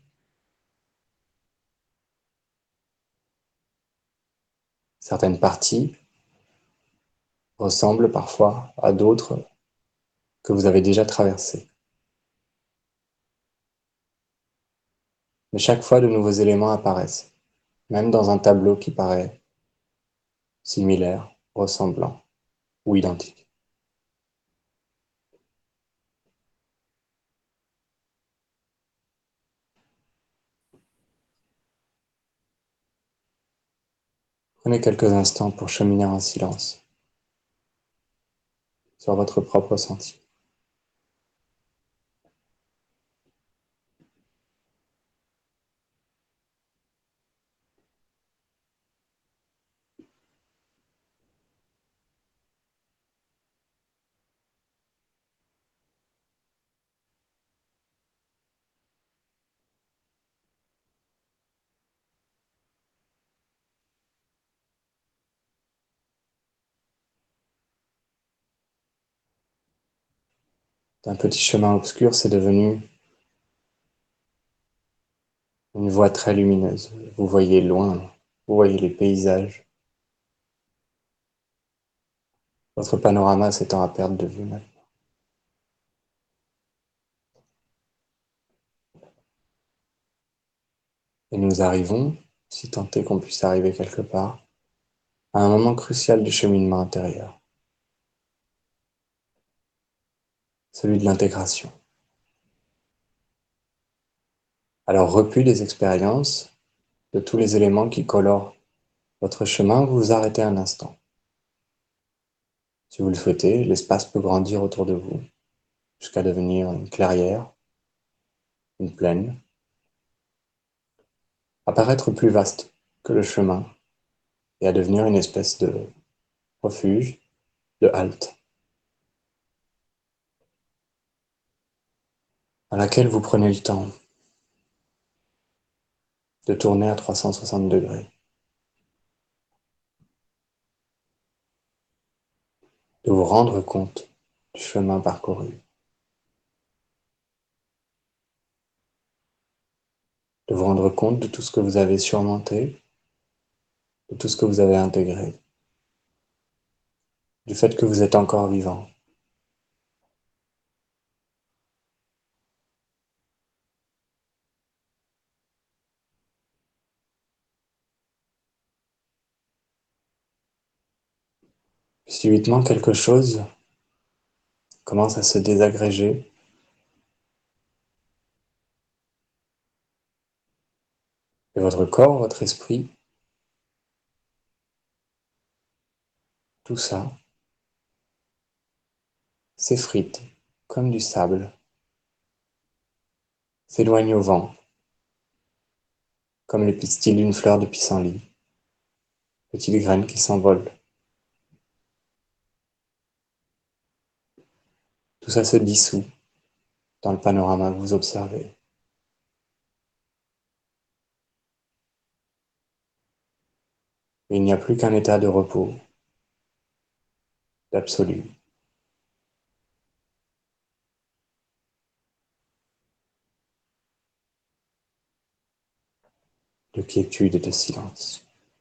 Certaines parties ressemblent parfois à d'autres que vous avez déjà traversées. Mais chaque fois, de nouveaux éléments apparaissent, même dans un tableau qui paraît similaire, ressemblant ou identique. Prenez quelques instants pour cheminer en silence sur votre propre sentier. D'un petit chemin obscur, c'est devenu une voie très lumineuse. Vous voyez loin, vous voyez les paysages. Votre panorama s'étend à perte de vue maintenant. Et nous arrivons si tant est qu'on puisse arriver quelque part, à un moment crucial du cheminement intérieur, celui de l'intégration. Alors, repu des expériences, de tous les éléments qui colorent votre chemin, vous vous arrêtez un instant. Si vous le souhaitez, l'espace peut grandir autour de vous, jusqu'à devenir une clairière, une plaine, apparaître plus vaste que le chemin et à devenir une espèce de refuge, de halte, à laquelle vous prenez le temps de tourner à 360 degrés, de vous rendre compte du chemin parcouru, de vous rendre compte de tout ce que vous avez surmonté, de tout ce que vous avez intégré, du fait que vous êtes encore vivant. Puis subitement, quelque chose commence à se désagréger et votre corps, votre esprit, tout ça s'effrite comme du sable, s'éloigne au vent, comme les pistils d'une fleur de pissenlit, petites graines qui s'envolent. Tout ça se dissout dans le panorama que vous observez. Et il n'y a plus qu'un état de repos, d'absolu, de quiétude et de silence.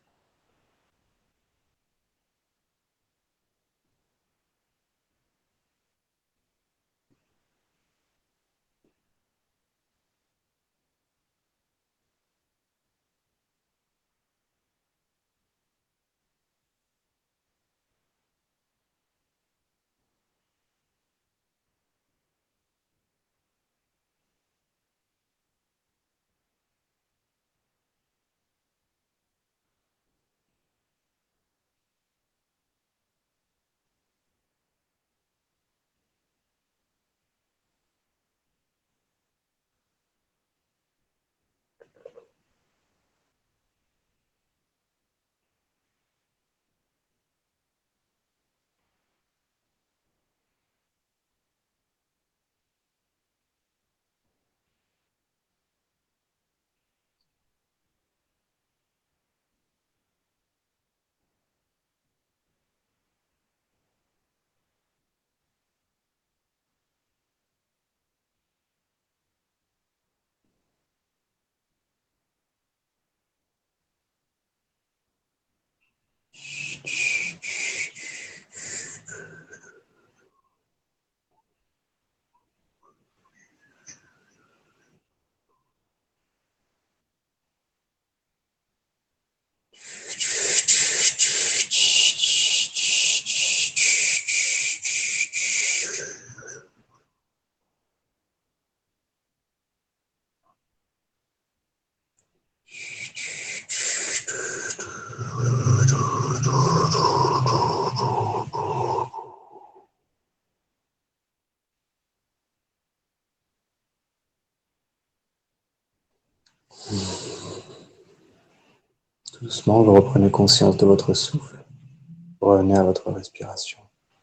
Tout doucement, vous reprenez conscience de votre souffle. Vous revenez à votre respiration.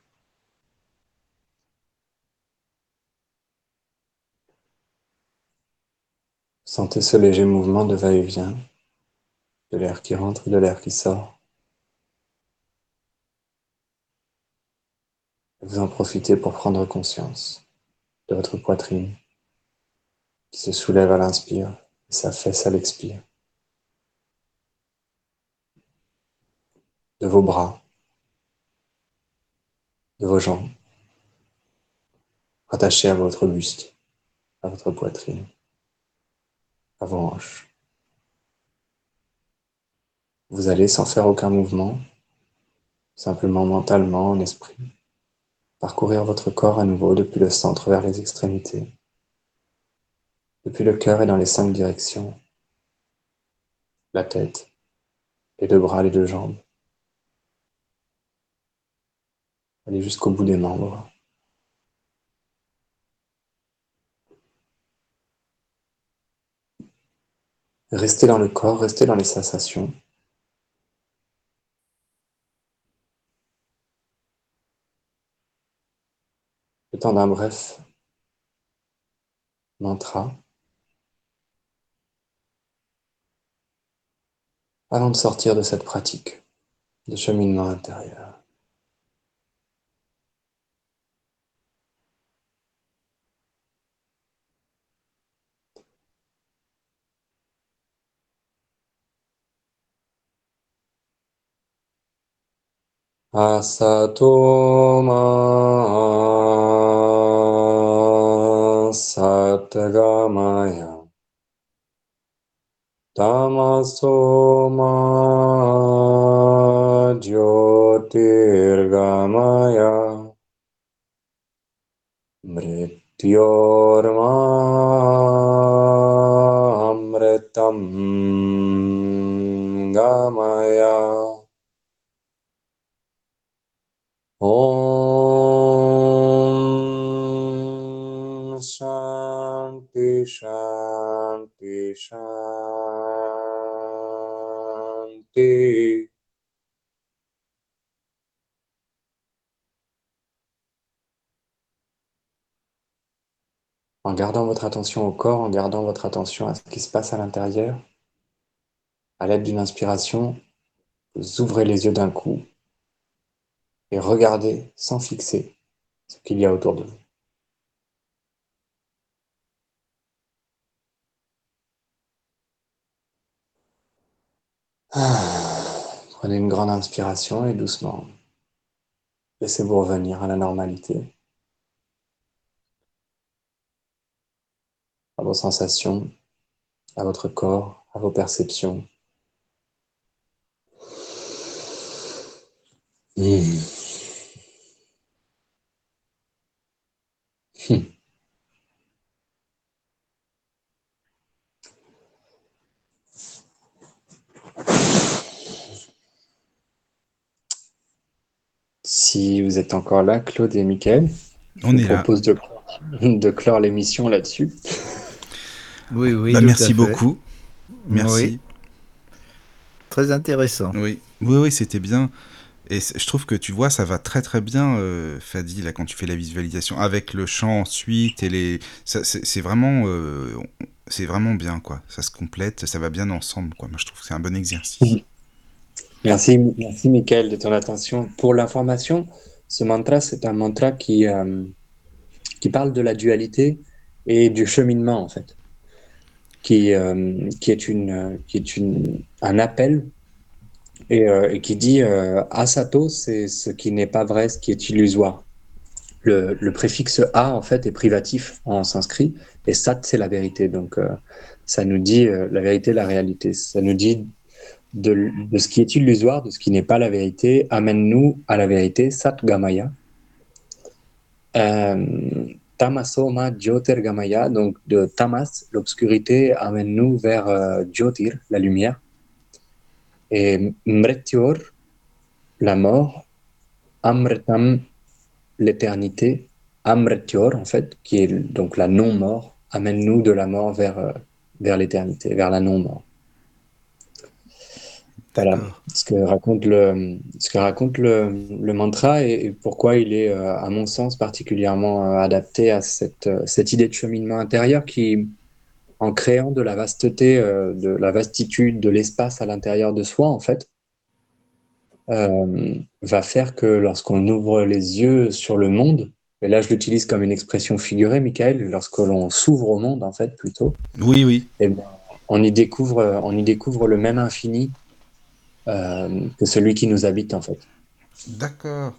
Sentez ce léger mouvement de va-et-vient, de l'air qui rentre et de l'air qui sort. Vous en profitez pour prendre conscience de votre poitrine qui se soulève à l'inspire et s'affaisse à l'expire, de vos bras, de vos jambes, rattachés à votre buste, à votre poitrine, à vos hanches. vous allez, sans faire aucun mouvement, simplement mentalement, en esprit, parcourir votre corps à nouveau depuis le centre vers les extrémités, depuis le cœur et dans les 5 directions, la tête, les 2 bras, les 2 jambes. Allez jusqu'au bout des membres. Restez dans le corps, restez dans les sensations. Le temps d'un bref mantra avant de sortir de cette pratique de cheminement intérieur. Asato ma satgamaya tamaso ma jyotirgamaya mrityorma amritam gamaya. Om Shanti Shanti Shanti. En gardant votre attention au corps, en gardant votre attention à ce qui se passe à l'intérieur, à l'aide d'une inspiration, vous ouvrez les yeux d'un coup et regardez sans fixer ce qu'il y a autour de vous. Prenez une grande inspiration et doucement, laissez-vous revenir à la normalité, à vos sensations, à votre corps, à vos perceptions. Si vous êtes encore là, Claude et Mickaël, je On vous est là. propose de clore l'émission là-dessus. Oui, oui, Bah, tout à merci fait. beaucoup. Merci. Oui, très intéressant. Oui, oui, oui, c'était bien. Et je trouve que tu vois, ça va très très bien, Fadi, là, quand tu fais la visualisation, avec le chant ensuite et les. C'est vraiment bien, quoi. Ça se complète, ça va bien ensemble, quoi. Moi, je trouve que c'est un bon exercice. Merci, merci Mickaël de ton attention. Pour l'information, ce mantra, c'est un mantra qui parle de la dualité et du cheminement, en fait, qui est un appel et qui dit asato, c'est ce qui n'est pas vrai, ce qui est illusoire. Le préfixe a, en fait, est privatif en sanskrit, et sat, c'est la vérité. Donc, ça nous dit la vérité, la réalité. Ça nous dit de ce qui est illusoire, de ce qui n'est pas la vérité, amène-nous à la vérité, sat gamaya. Tamaso ma jyotirgamaya, donc de tamas, l'obscurité, amène-nous vers jyotir, la lumière. Et mrityor, la mort, amritam, l'éternité, amrityor, en fait, qui est donc la non-mort, amène-nous de la mort vers l'éternité, vers la non-mort. Voilà D'accord. ce que raconte le mantra et pourquoi il est, à mon sens, particulièrement adapté à cette idée de cheminement intérieur qui, en créant de la vasteté, de la vastitude, de l'espace à l'intérieur de soi, en fait, va faire que lorsqu'on ouvre les yeux sur le monde, et là je l'utilise comme une expression figurée, Michael, lorsque l'on s'ouvre au monde, en fait, plutôt, Oui, oui. eh ben, on y découvre le même infini que celui qui nous habite, en fait. D'accord.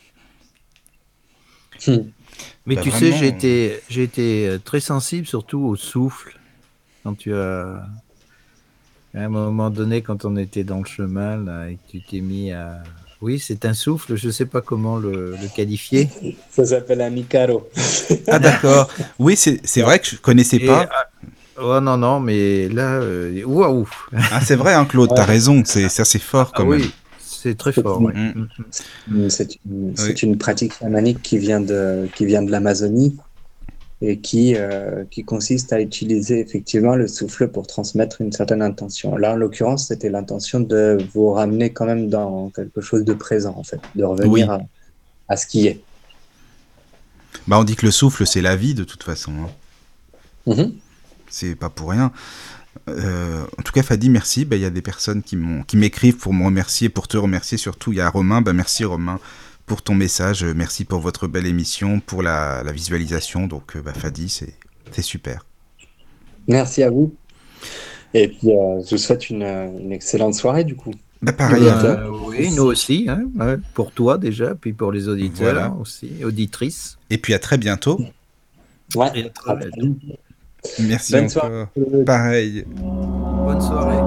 Mais Bah, tu sais, vraiment. j'ai été très sensible, surtout au souffle, quand tu as À un moment donné, quand on était dans le chemin, là, et que tu t'es mis à... Oui, c'est un souffle, je ne sais pas comment le qualifier. Ça s'appelle un Icaro. Ah d'accord. Oui, c'est vrai que je connaissais Et, pas. oh non, non, mais là, waouh! Ah, c'est vrai, hein, Claude, t'as Ouais. raison. C'est assez fort Ah quand même. oui, c'est très C'est fort, une, oui. Mm. Oui. c'est une pratique chamanique qui vient de l'Amazonie et qui consiste à utiliser effectivement le souffle pour transmettre une certaine intention. Là, en l'occurrence, c'était l'intention de vous ramener quand même dans quelque chose de présent, en fait, de revenir Oui. à ce qui est. Bah, on dit que le souffle, c'est la vie de toute façon, hein. Mhm. C'est pas pour rien. En tout cas, Fadi, merci. Bah, il y a des personnes qui m'écrivent pour me remercier, pour te remercier surtout. Il y a Romain. Bah, merci Romain pour ton message. Merci pour votre belle émission, pour la visualisation. Donc, bah, Fadi, c'est super. Merci à vous. Et puis, je vous souhaite une excellente soirée, du coup. Bah, pareil à vous. Oui, nous aussi, hein, ouais, pour toi déjà, puis pour les auditeurs Voilà. aussi, auditrices. Et puis à très bientôt. Ouais. Et à très bientôt. Merci Bonne soirée. encore. Pareil. Bonne soirée.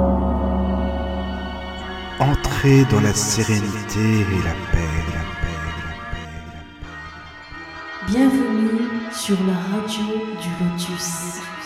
Entrez dans la sérénité et la paix, la paix, la paix, la paix. Bienvenue sur la radio du Lotus.